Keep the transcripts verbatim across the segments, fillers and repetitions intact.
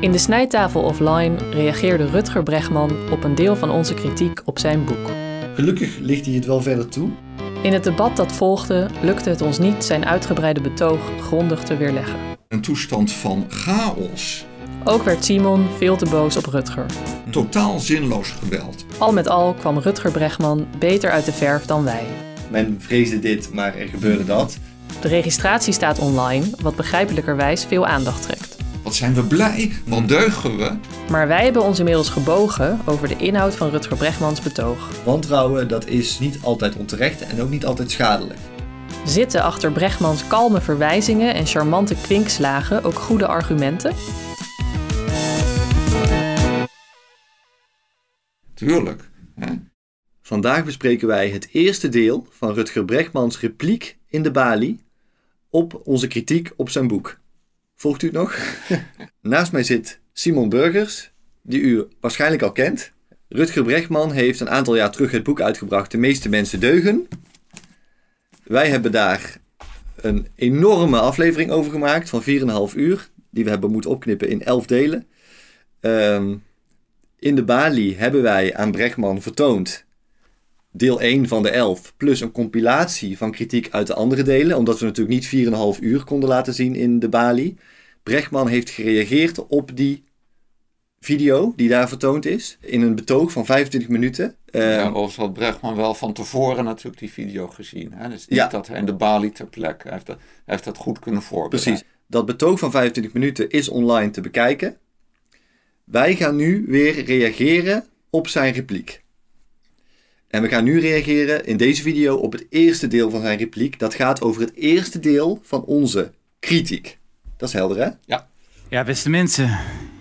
In de Snijtafel offline reageerde Rutger Bregman op een deel van onze kritiek op zijn boek. Gelukkig ligt hij het wel verder toe. In het debat dat volgde lukte het ons niet zijn uitgebreide betoog grondig te weerleggen. Een toestand van chaos. Ook werd Simon veel te boos op Rutger. Totaal zinloos geweld. Al met al kwam Rutger Bregman beter uit de verf dan wij. Men vreesde dit, maar er gebeurde dat. De registratie staat online, wat begrijpelijkerwijs veel aandacht trekt. Wat zijn we blij, wat deugen we. Maar wij hebben ons inmiddels gebogen over de inhoud van Rutger Bregmans betoog. Wantrouwen, dat is niet altijd onterecht en ook niet altijd schadelijk. Zitten achter Bregmans kalme verwijzingen en charmante kwinkslagen ook goede argumenten? Tuurlijk. Hè? Vandaag bespreken wij het eerste deel van Rutger Bregmans repliek in de balie op onze kritiek op zijn boek. Volgt u het nog? Naast mij zit Simon Burgers, die u waarschijnlijk al kent. Rutger Bregman heeft een aantal jaar terug het boek uitgebracht De meeste mensen deugen. Wij hebben daar een enorme aflevering over gemaakt van vier komma vijf uur. Die we hebben moeten opknippen in elf delen. Um, in de balie hebben wij aan Bregman vertoond deel één van de elf, plus een compilatie van kritiek uit de andere delen, omdat we natuurlijk niet vier komma vijf uur konden laten zien in de balie. Bregman heeft gereageerd op die video die daar vertoond is, in een betoog van vijfentwintig minuten. Uh, ja, overigens had Bregman wel van tevoren natuurlijk die video gezien. Hè? Dus niet ja. dat hij in de balie ter plekke, hij heeft dat, hij heeft dat goed kunnen voorbereiden. Precies. Dat betoog van vijfentwintig minuten is online te bekijken. Wij gaan nu weer reageren op zijn repliek. En we gaan nu reageren in deze video op het eerste deel van zijn repliek. Dat gaat over het eerste deel van onze kritiek. Dat is helder, hè? Ja. Ja, beste mensen.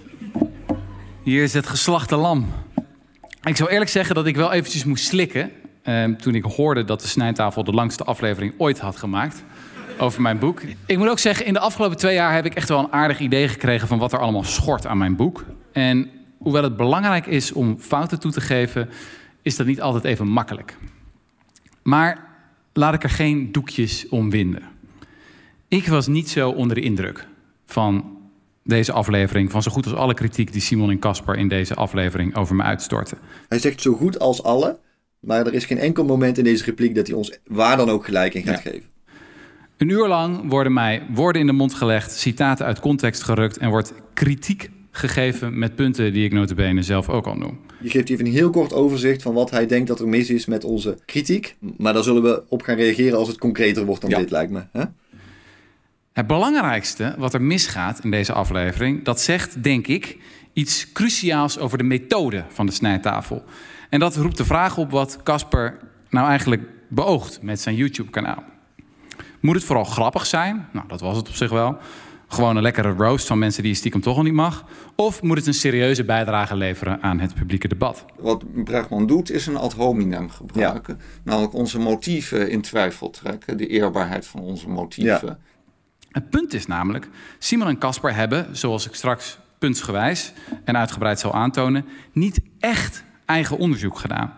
Hier is het geslachte lam. Ik zou eerlijk zeggen dat ik wel eventjes moest slikken eh, toen ik hoorde dat de Snijtafel de langste aflevering ooit had gemaakt over mijn boek. Ik moet ook zeggen, in de afgelopen twee jaar heb ik echt wel een aardig idee gekregen van wat er allemaal schort aan mijn boek. En hoewel het belangrijk is om fouten toe te geven, is dat niet altijd even makkelijk. Maar laat ik er geen doekjes om winden. Ik was niet zo onder de indruk van deze aflevering, van zo goed als alle kritiek die Simon en Casper in deze aflevering over me uitstorten. Hij zegt zo goed als alle, maar er is geen enkel moment in deze repliek dat hij ons waar dan ook gelijk in gaat ja. geven. Een uur lang worden mij woorden in de mond gelegd, citaten uit context gerukt en wordt kritiek gegeven met punten die ik nota bene zelf ook al noem. Je geeft even een heel kort overzicht van wat hij denkt dat er mis is met onze kritiek. Maar daar zullen we op gaan reageren als het concreter wordt dan ja. dit, lijkt me. Hè? Het belangrijkste wat er misgaat in deze aflevering, dat zegt, denk ik, iets cruciaals over de methode van de Snijtafel. En dat roept de vraag op wat Casper nou eigenlijk beoogt met zijn YouTube-kanaal. Moet het vooral grappig zijn? Nou, dat was het op zich wel. Gewoon een lekkere roast van mensen die je stiekem toch al niet mag? Of moet het een serieuze bijdrage leveren aan het publieke debat? Wat Bregman doet is een ad hominem gebruiken. Ja. Namelijk onze motieven in twijfel trekken. De eerbaarheid van onze motieven. Ja. Het punt is namelijk, Simon en Casper hebben, zoals ik straks puntsgewijs en uitgebreid zal aantonen, niet echt eigen onderzoek gedaan.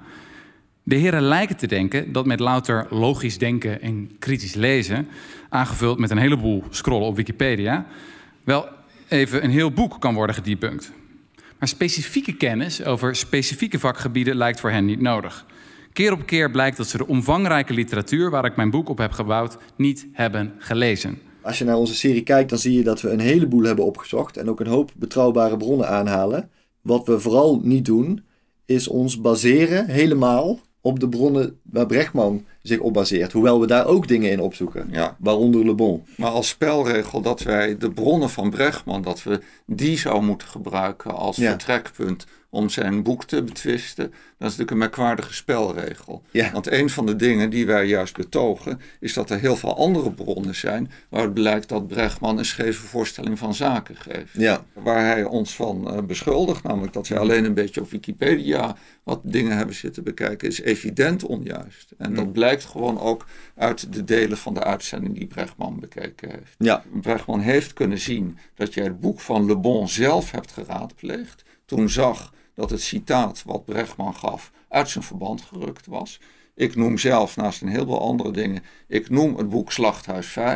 De heren lijken te denken dat met louter logisch denken en kritisch lezen, aangevuld met een heleboel scrollen op Wikipedia, wel even een heel boek kan worden gedebunked. Maar specifieke kennis over specifieke vakgebieden lijkt voor hen niet nodig. Keer op keer blijkt dat ze de omvangrijke literatuur waar ik mijn boek op heb gebouwd niet hebben gelezen. Als je naar onze serie kijkt, dan zie je dat we een heleboel hebben opgezocht en ook een hoop betrouwbare bronnen aanhalen. Wat we vooral niet doen, is ons baseren helemaal op de bronnen waar Bregman zich op baseert. Hoewel we daar ook dingen in opzoeken, ja. waaronder Le Bon. Maar als spelregel dat wij de bronnen van Bregman, dat we die zouden moeten gebruiken als ja. vertrekpunt om zijn boek te betwisten, dat is natuurlijk een merkwaardige spelregel. Ja. Want een van de dingen die wij juist betogen, is dat er heel veel andere bronnen zijn waaruit blijkt dat Bregman een scheve voorstelling van zaken geeft. Ja. Waar hij ons van uh, beschuldigt, namelijk dat wij alleen een beetje op Wikipedia wat dingen hebben zitten bekijken, is evident onjuist. En dat blijkt gewoon ook uit de delen van de uitzending die Bregman bekeken heeft. Ja. Bregman heeft kunnen zien dat jij het boek van Le Bon zelf hebt geraadpleegd, toen zag dat het citaat wat Bregman gaf uit zijn verband gerukt was. Ik noem zelf, naast een heleboel andere dingen, ik noem het boek Slachthuis vijf.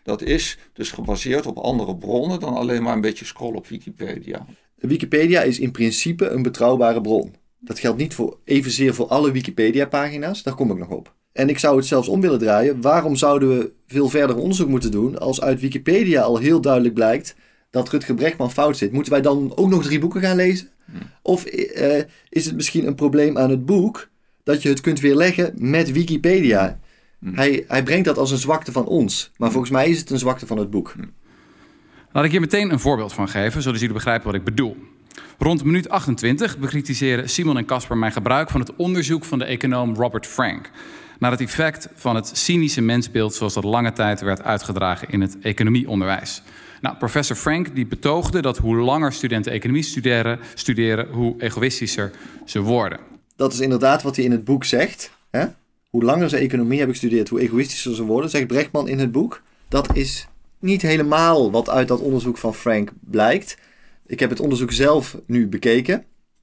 Dat is dus gebaseerd op andere bronnen dan alleen maar een beetje scrollen op Wikipedia. Wikipedia is in principe een betrouwbare bron. Dat geldt niet voor evenzeer voor alle Wikipedia-pagina's, daar kom ik nog op. En ik zou het zelfs om willen draaien. Waarom zouden we veel verder onderzoek moeten doen als uit Wikipedia al heel duidelijk blijkt dat Rutger Bregman fout zit? Moeten wij dan ook nog drie boeken gaan lezen? Hmm. Of uh, is het misschien een probleem aan het boek dat je het kunt weerleggen met Wikipedia? Hmm. Hij, hij brengt dat als een zwakte van ons. Maar volgens mij is het een zwakte van het boek. Hmm. Laat ik hier meteen een voorbeeld van geven, zodat jullie begrijpen wat ik bedoel. Rond minuut achtentwintig bekritiseren Simon en Casper mijn gebruik van het onderzoek van de econoom Robert Frank naar het effect van het cynische mensbeeld zoals dat lange tijd werd uitgedragen in het economieonderwijs. Nou, professor Frank die betoogde dat hoe langer studenten economie studeren, studeren, hoe egoïstischer ze worden. Dat is inderdaad wat hij in het boek zegt. Hè? Hoe langer ze economie hebben gestudeerd, hoe egoïstischer ze worden, zegt Bregman in het boek. Dat is niet helemaal wat uit dat onderzoek van Frank blijkt. Ik heb het onderzoek zelf nu bekeken.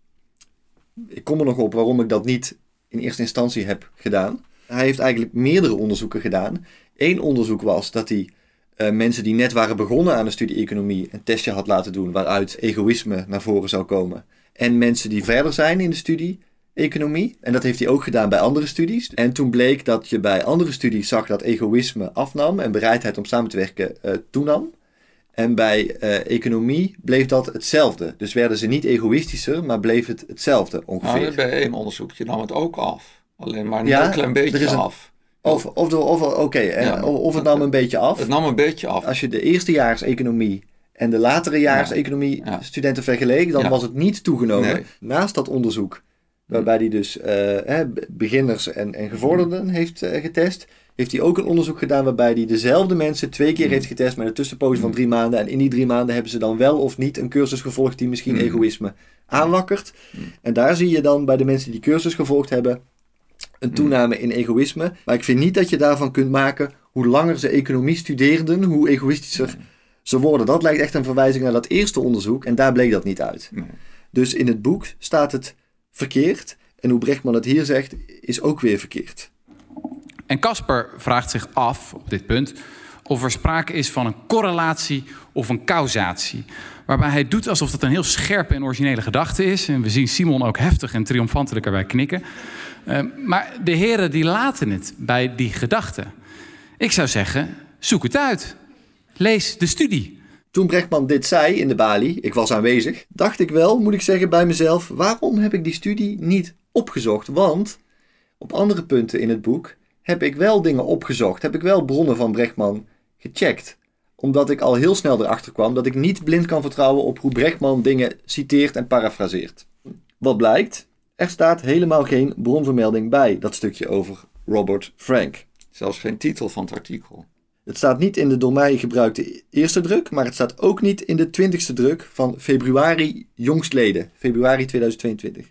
Ik kom er nog op waarom ik dat niet in eerste instantie heb gedaan. Hij heeft eigenlijk meerdere onderzoeken gedaan. Eén onderzoek was dat hij uh, mensen die net waren begonnen aan de studie economie een testje had laten doen waaruit egoïsme naar voren zou komen. En mensen die verder zijn in de studie economie. En dat heeft hij ook gedaan bij andere studies. En toen bleek dat je bij andere studies zag dat egoïsme afnam en bereidheid om samen te werken uh, toenam. En bij uh, economie bleef dat hetzelfde. Dus werden ze niet egoïstischer, maar bleef het hetzelfde ongeveer. Nou, bij één onderzoekje nam het ook af. Alleen maar een ja, heel klein beetje een, af. Of, of, of, oké, okay, ja, of het nam een beetje af. Het nam een beetje af. Als je de eerstejaars economie en de latere jaars ja. economie ja. studenten vergeleek, dan ja. was het niet toegenomen. Nee. Naast dat onderzoek, waarbij hij dus uh, hè, beginners en, en gevorderden heeft uh, getest, heeft hij ook een onderzoek gedaan waarbij hij dezelfde mensen twee keer heeft getest met een tussenpoos van drie maanden. En in die drie maanden hebben ze dan wel of niet een cursus gevolgd die misschien egoïsme aanwakkert. En daar zie je dan bij de mensen die die cursus gevolgd hebben een toename in egoïsme. Maar ik vind niet dat je daarvan kunt maken hoe langer ze economie studeerden, hoe egoïstischer ze worden. Dat lijkt echt een verwijzing naar dat eerste onderzoek en daar bleek dat niet uit. Dus in het boek staat het verkeerd. En hoe Bregman het hier zegt, is ook weer verkeerd. En Casper vraagt zich af op dit punt of er sprake is van een correlatie of een causatie. Waarbij hij doet alsof dat een heel scherpe en originele gedachte is. En we zien Simon ook heftig en triomfantelijk erbij knikken. Uh, maar de heren die laten het bij die gedachte. Ik zou zeggen, zoek het uit. Lees de studie. Toen Bregman dit zei in de balie, ik was aanwezig, dacht ik wel, moet ik zeggen bij mezelf, waarom heb ik die studie niet opgezocht? Want op andere punten in het boek heb ik wel dingen opgezocht, heb ik wel bronnen van Bregman gecheckt. Omdat ik al heel snel erachter kwam dat ik niet blind kan vertrouwen op hoe Bregman dingen citeert en parafraseert. Wat blijkt? Er staat helemaal geen bronvermelding bij dat stukje over Robert Frank. Zelfs geen titel van het artikel. Het staat niet in de door mij gebruikte eerste druk, maar het staat ook niet in de twintigste druk van februari jongstleden, februari tweeduizend tweeëntwintig.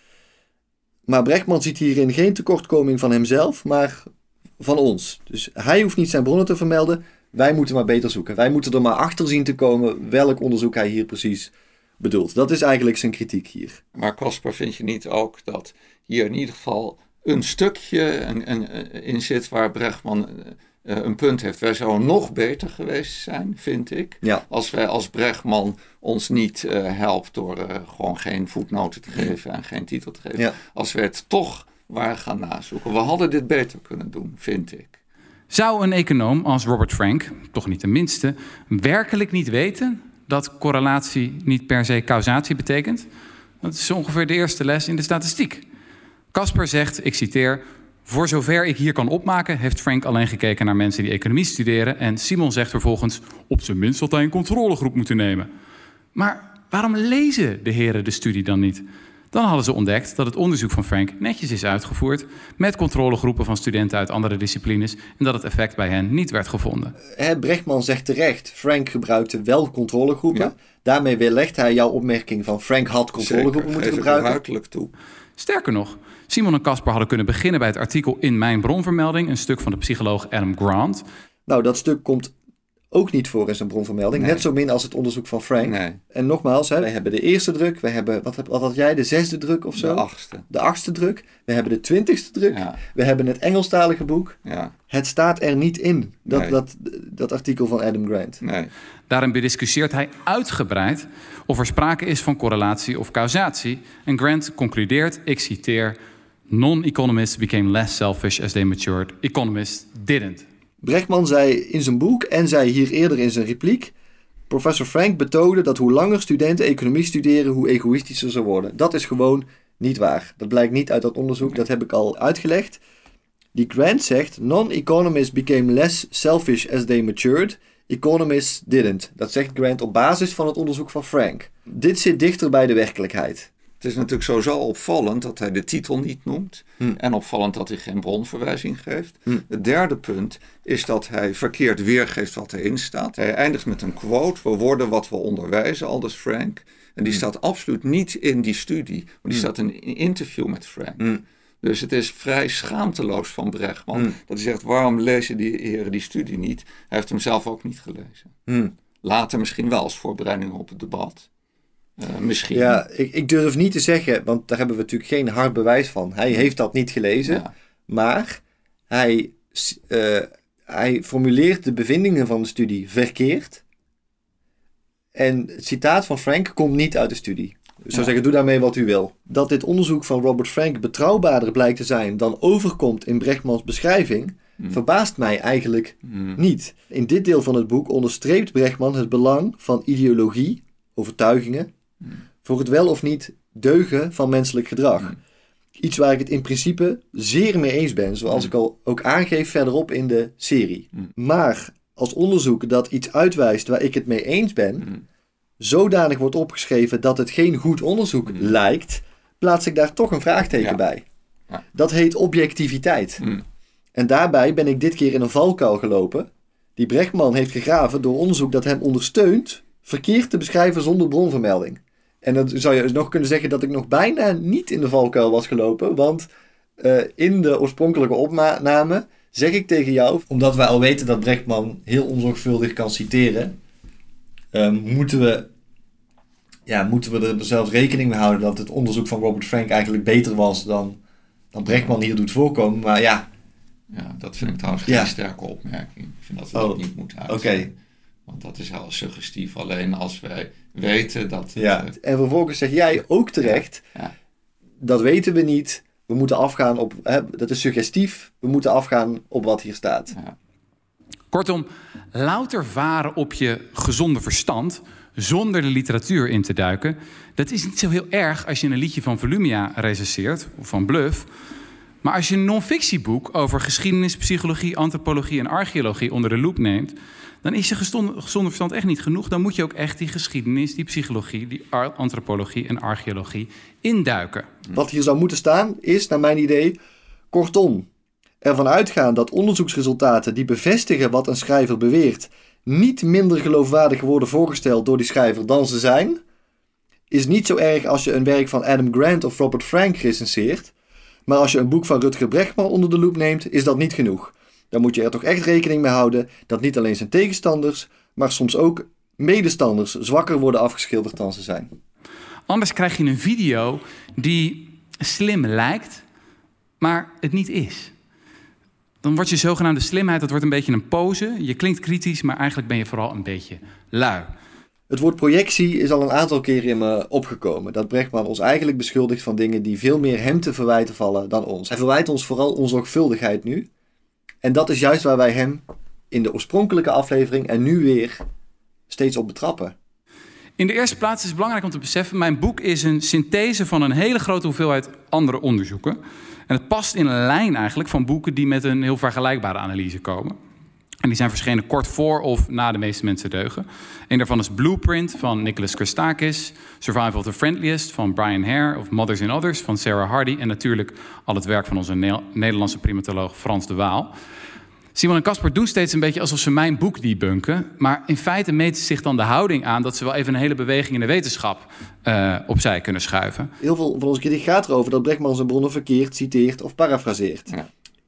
Maar Bregman ziet hierin geen tekortkoming van hemzelf, maar van ons. Dus hij hoeft niet zijn bronnen te vermelden, wij moeten maar beter zoeken. Wij moeten er maar achter zien te komen welk onderzoek hij hier precies bedoelt. Dat is eigenlijk zijn kritiek hier. Maar Casper, vind je niet ook dat hier in ieder geval een stukje een, een, in zit waar Bregman uh, een punt heeft? Wij zouden nog beter geweest zijn, vind ik, ja. als wij als Bregman ons niet uh, helpt door uh, gewoon geen voetnoten te geven en geen titel te geven. Ja. Als we het toch waren gaan nazoeken. We hadden dit beter kunnen doen, vind ik. Zou een econoom als Robert Frank, toch niet de minste, werkelijk niet weten dat correlatie niet per se causatie betekent? Dat is ongeveer de eerste les in de statistiek. Casper zegt, ik citeer, voor zover ik hier kan opmaken, heeft Frank alleen gekeken naar mensen die economie studeren. En Simon zegt vervolgens, op zijn minst had hij een controlegroep moeten nemen. Maar waarom lezen de heren de studie dan niet? Dan hadden ze ontdekt dat het onderzoek van Frank netjes is uitgevoerd met controlegroepen van studenten uit andere disciplines en dat het effect bij hen niet werd gevonden. He, Bregman zegt terecht, Frank gebruikte wel controlegroepen. Ja. Daarmee weerlegt hij jouw opmerking van Frank had controlegroepen Zeker, moeten gebruiken. Ruidelijk toe. Sterker nog, Simon en Casper hadden kunnen beginnen bij het artikel in mijn bronvermelding, een stuk van de psycholoog Adam Grant. Nou, dat stuk komt ook niet voor in zijn bronvermelding. Nee. Net zo min als het onderzoek van Frank. Nee. En nogmaals, hè, wij hebben de eerste druk. We hebben, wat, heb, wat had jij, de zesde druk of zo? De achtste. De achtste druk. We hebben de twintigste druk. Ja. We hebben het Engelstalige boek. Ja. Het staat er niet in, dat, Nee. dat, dat artikel van Adam Grant. Nee. Daarin bediscussieert hij uitgebreid of er sprake is van correlatie of causatie. En Grant concludeert, ik citeer... Non-economists became less selfish as they matured. Economists didn't. Bregman zei in zijn boek en zei hier eerder in zijn repliek... Professor Frank betoogde dat hoe langer studenten economie studeren, hoe egoïstischer ze worden. Dat is gewoon niet waar. Dat blijkt niet uit dat onderzoek, dat heb ik al uitgelegd. Die Grant zegt, non-economists became less selfish as they matured. Economists didn't. Dat zegt Grant op basis van het onderzoek van Frank. Dit zit dichter bij de werkelijkheid. Het is natuurlijk sowieso opvallend dat hij de titel niet noemt. Hm. En opvallend dat hij geen bronverwijzing geeft. Hm. Het derde punt is dat hij verkeerd weergeeft wat erin staat. Hij eindigt met een quote. We worden wat we onderwijzen, aldus Frank. En die Hm. staat absoluut niet in die studie. Maar die Hm. staat in een interview met Frank. Hm. Dus het is vrij schaamteloos van Bregman. Hm. Dat hij zegt, waarom lezen die heren die studie niet? Hij heeft hem zelf ook niet gelezen. Hm. Later misschien wel als voorbereiding op het debat. Uh, misschien. Ja, ik, ik durf niet te zeggen, want daar hebben we natuurlijk geen hard bewijs van. Hij heeft dat niet gelezen, Ja. maar hij, uh, hij formuleert de bevindingen van de studie verkeerd. En het citaat van Frank komt niet uit de studie. Ik zou Ja. zeggen, doe daarmee wat u wil. Dat dit onderzoek van Robert Frank betrouwbaarder blijkt te zijn dan overkomt in Bregmans beschrijving, Hmm. verbaast mij eigenlijk Hmm. niet. In dit deel van het boek onderstreept Bregman het belang van ideologie, overtuigingen, Hmm. voor het wel of niet deugen van menselijk gedrag. Hmm. Iets waar ik het in principe zeer mee eens ben, zoals Hmm. ik al ook aangeef verderop in de serie. Hmm. Maar als onderzoek dat iets uitwijst waar ik het mee eens ben, Hmm. zodanig wordt opgeschreven dat het geen goed onderzoek Hmm. lijkt, plaats ik daar toch een vraagteken Ja. bij. Ja. Dat heet objectiviteit. Hmm. En daarbij ben ik dit keer in een valkuil gelopen, die Bregman heeft gegraven door onderzoek dat hem ondersteunt verkeerd te beschrijven zonder bronvermelding. En dan zou je dus nog kunnen zeggen dat ik nog bijna niet in de valkuil was gelopen, want uh, in de oorspronkelijke opname zeg ik tegen jou, omdat we al weten dat Bregman heel onzorgvuldig kan citeren, uh, moeten we, ja, moeten we er zelfs rekening mee houden dat het onderzoek van Robert Frank eigenlijk beter was dan, dan Bregman hier doet voorkomen. Maar ja, Ja, dat vind ik trouwens geen Ja. sterke opmerking. Ik vind dat we Oh, dat niet moeten oké. uitzenden. Want dat is heel suggestief. Alleen als wij weten dat... het, Ja. eh, En vervolgens zeg jij ook terecht, Ja. dat weten we niet. We moeten afgaan op, hè, dat is suggestief. We moeten afgaan op wat hier staat. ja. Kortom, louter varen op je gezonde verstand zonder de literatuur in te duiken, dat is niet zo heel erg als je een liedje van Volumia recenseert of van Bluff. Maar als je een non-fictieboek over geschiedenis, psychologie, antropologie en archeologie onder de loep neemt, dan is je gezonde, gezonde verstand echt niet genoeg. Dan moet je ook echt die geschiedenis, die psychologie, die ar- antropologie en archeologie induiken. Wat hier zou moeten staan is, naar mijn idee, kortom, ervan uitgaan dat onderzoeksresultaten die bevestigen wat een schrijver beweert, niet minder geloofwaardig worden voorgesteld door die schrijver dan ze zijn, is niet zo erg als je een werk van Adam Grant of Robert Frank recenseert. Maar als je een boek van Rutger Bregman onder de loep neemt, is dat niet genoeg. Dan moet je er toch echt rekening mee houden dat niet alleen zijn tegenstanders, maar soms ook medestanders zwakker worden afgeschilderd dan ze zijn. Anders krijg je een video die slim lijkt, maar het niet is. Dan wordt je zogenaamde slimheid, dat wordt een beetje een pose. Je klinkt kritisch, maar eigenlijk ben je vooral een beetje lui. Het woord projectie is al een aantal keren in me opgekomen. Dat Bregman ons eigenlijk beschuldigt van dingen die veel meer hem te verwijten vallen dan ons. Hij verwijt ons vooral onzorgvuldigheid nu. En dat is juist waar wij hem in de oorspronkelijke aflevering en nu weer steeds op betrappen. In de eerste plaats is het belangrijk om te beseffen, mijn boek is een synthese van een hele grote hoeveelheid andere onderzoeken. En het past in een lijn eigenlijk van boeken die met een heel vergelijkbare analyse komen. En die zijn verschenen kort voor of na De meeste mensen deugen. Een daarvan is Blueprint van Nicholas Christakis, Survival of the Friendliest van Brian Hare of Mothers and Others van Sarah Hardy en natuurlijk al het werk van onze Ne- Nederlandse primatoloog Frans de Waal. Simon en Casper doen steeds een beetje alsof ze mijn boek debunken, maar in feite meten ze zich dan de houding aan dat ze wel even een hele beweging in de wetenschap uh, opzij kunnen schuiven. Heel veel van onze kritiek gaat erover dat Bregman zijn bronnen verkeerd citeert of parafraseert. Ja.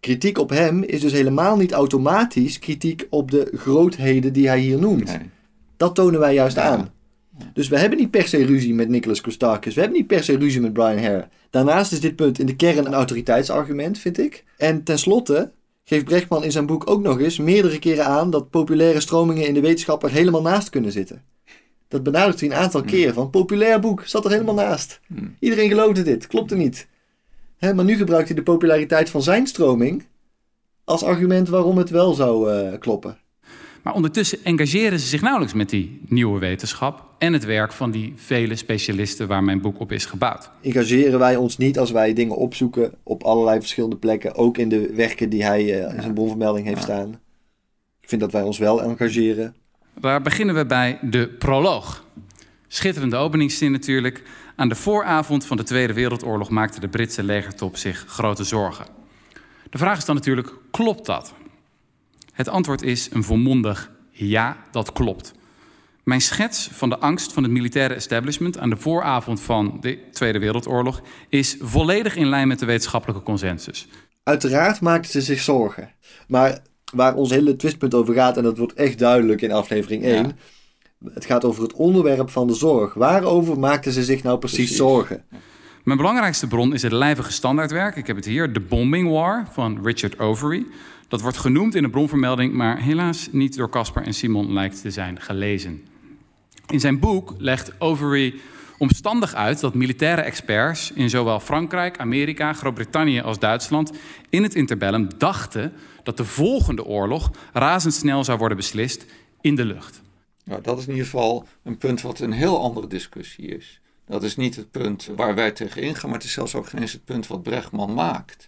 kritiek op hem is dus helemaal niet automatisch kritiek op de grootheden die hij hier noemt. Nee. Dat tonen wij juist Ja. aan. Dus we hebben niet per se ruzie met Nicholas Christakis. We hebben niet per se ruzie met Brian Hare. Daarnaast is dit punt in de kern een autoriteitsargument, vind ik. En tenslotte geeft Bregman in zijn boek ook nog eens meerdere keren aan dat populaire stromingen in de wetenschap er helemaal naast kunnen zitten. Dat benadrukt hij een aantal Hmm. keer. Van populair boek, zat er helemaal naast. Hmm. Iedereen geloofde dit, klopte niet. Hè, maar nu gebruikt hij de populariteit van zijn stroming als argument waarom het wel zou uh, kloppen. Maar ondertussen engageren ze zich nauwelijks met die nieuwe wetenschap en het werk van die vele specialisten waar mijn boek op is gebouwd. Engageren wij ons niet als wij dingen opzoeken op allerlei verschillende plekken, ook in de werken die hij uh, in zijn bronvermelding heeft ja. staan. Ik vind dat wij ons wel engageren. Daar beginnen we bij de proloog. Schitterende openingszin natuurlijk. Aan de vooravond van de Tweede Wereldoorlog maakte de Britse legertop zich grote zorgen. De vraag is dan natuurlijk, klopt dat? Het antwoord is een volmondig ja, dat klopt. Mijn schets van de angst van het militaire establishment aan de vooravond van de Tweede Wereldoorlog is volledig in lijn met de wetenschappelijke consensus. Uiteraard maakten ze zich zorgen. Maar waar ons hele twistpunt over gaat, en dat wordt echt duidelijk in aflevering één... Ja. Het gaat over het onderwerp van de zorg. Waarover maakten ze zich nou precies, precies. zorgen? Mijn belangrijkste bron is het lijvige standaardwerk. Ik heb het hier, The Bombing War van Richard Overy. Dat wordt genoemd in de bronvermelding, maar helaas niet door Casper en Simon lijkt te zijn gelezen. In zijn boek legt Overy omstandig uit dat militaire experts in zowel Frankrijk, Amerika, Groot-Brittannië als Duitsland in het interbellum dachten dat de volgende oorlog razendsnel zou worden beslist in de lucht. Nou, dat is in ieder geval een punt wat een heel andere discussie is. Dat is niet het punt waar wij tegen ingaan, maar het is zelfs ook geen eens het punt wat Bregman maakt.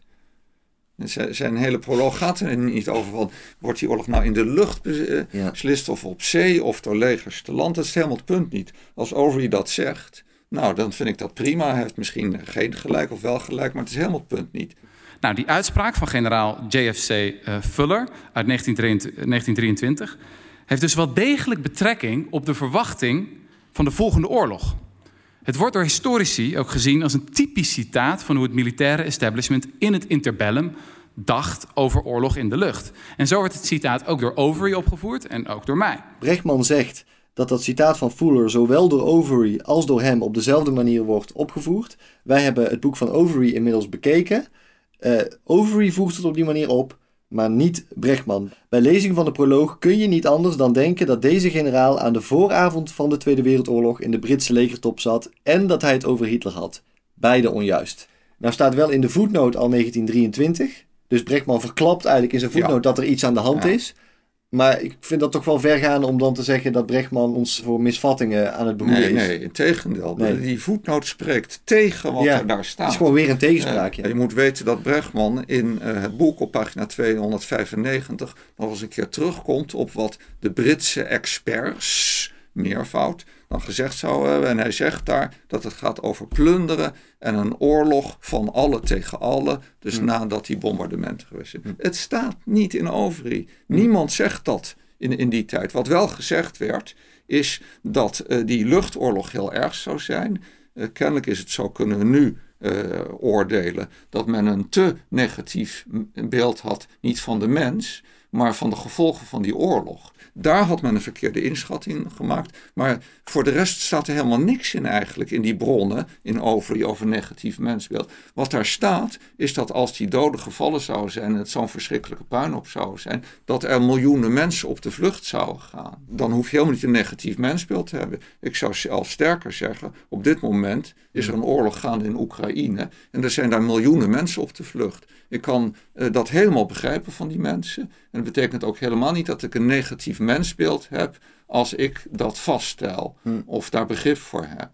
Zijn hele proloog gaat er niet over van, wordt die oorlog nou in de lucht beslist, ja. of op zee of door legers te land. Dat is helemaal het punt niet. Als Overy dat zegt, nou dan vind ik dat prima. Hij heeft misschien geen gelijk of wel gelijk, maar het is helemaal het punt niet. Nou, die uitspraak van generaal J F C uh, Fuller uit negentien drieëntwintig heeft dus wel degelijk betrekking op de verwachting van de volgende oorlog. Het wordt door historici ook gezien als een typisch citaat van hoe het militaire establishment in het interbellum dacht over oorlog in de lucht. En zo wordt het citaat ook door Overy opgevoerd en ook door mij. Bregman zegt dat dat citaat van Fuller zowel door Overy als door hem op dezelfde manier wordt opgevoerd. Wij hebben het boek van Overy inmiddels bekeken. Uh, Overy voegt het op die manier op, maar niet Bregman. Bij lezing van de proloog kun je niet anders dan denken dat deze generaal aan de vooravond van de Tweede Wereldoorlog in de Britse legertop zat en dat hij het over Hitler had. Beide onjuist. Nou staat wel in de voetnoot al negentien drieëntwintig, dus Bregman verklapt eigenlijk in zijn voetnoot ja. dat er iets aan de hand ja. is. Maar ik vind dat toch wel ver gaan om dan te zeggen dat Bregman ons voor misvattingen aan het behoeden nee, is. Nee, integendeel. Nee. Die voetnoot spreekt tegen wat ja, er daar staat. Het is gewoon weer een tegenspraak. Uh, ja. Je moet weten dat Bregman in uh, het boek op pagina tweehonderdvijfennegentig nog eens een keer terugkomt op wat de Britse experts, meervoud, dan gezegd zou hebben. En hij zegt daar dat het gaat over plunderen en een oorlog van alle tegen alle. Dus hmm. nadat die bombardementen geweest zijn. Hmm. Het staat niet in Overy. Hmm. Niemand zegt dat in, in die tijd. Wat wel gezegd werd, is dat uh, die luchtoorlog heel erg zou zijn. Uh, kennelijk is het zo, kunnen we nu uh, oordelen, dat men een te negatief beeld had, niet van de mens, maar van de gevolgen van die oorlog. Daar had men een verkeerde inschatting gemaakt. Maar voor de rest staat er helemaal niks in eigenlijk in die bronnen in Overy over negatief mensbeeld. Wat daar staat is dat als die doden gevallen zouden zijn en het zo'n verschrikkelijke puinhoop zou zijn, dat er miljoenen mensen op de vlucht zouden gaan. Dan hoef je helemaal niet een negatief mensbeeld te hebben. Ik zou zelfs sterker zeggen, op dit moment is er een oorlog gaande in Oekraïne en er zijn daar miljoenen mensen op de vlucht. Ik kan uh, dat helemaal begrijpen van die mensen. En dat betekent ook helemaal niet dat ik een negatief mensbeeld heb als ik dat vaststel hm. of daar begrip voor heb.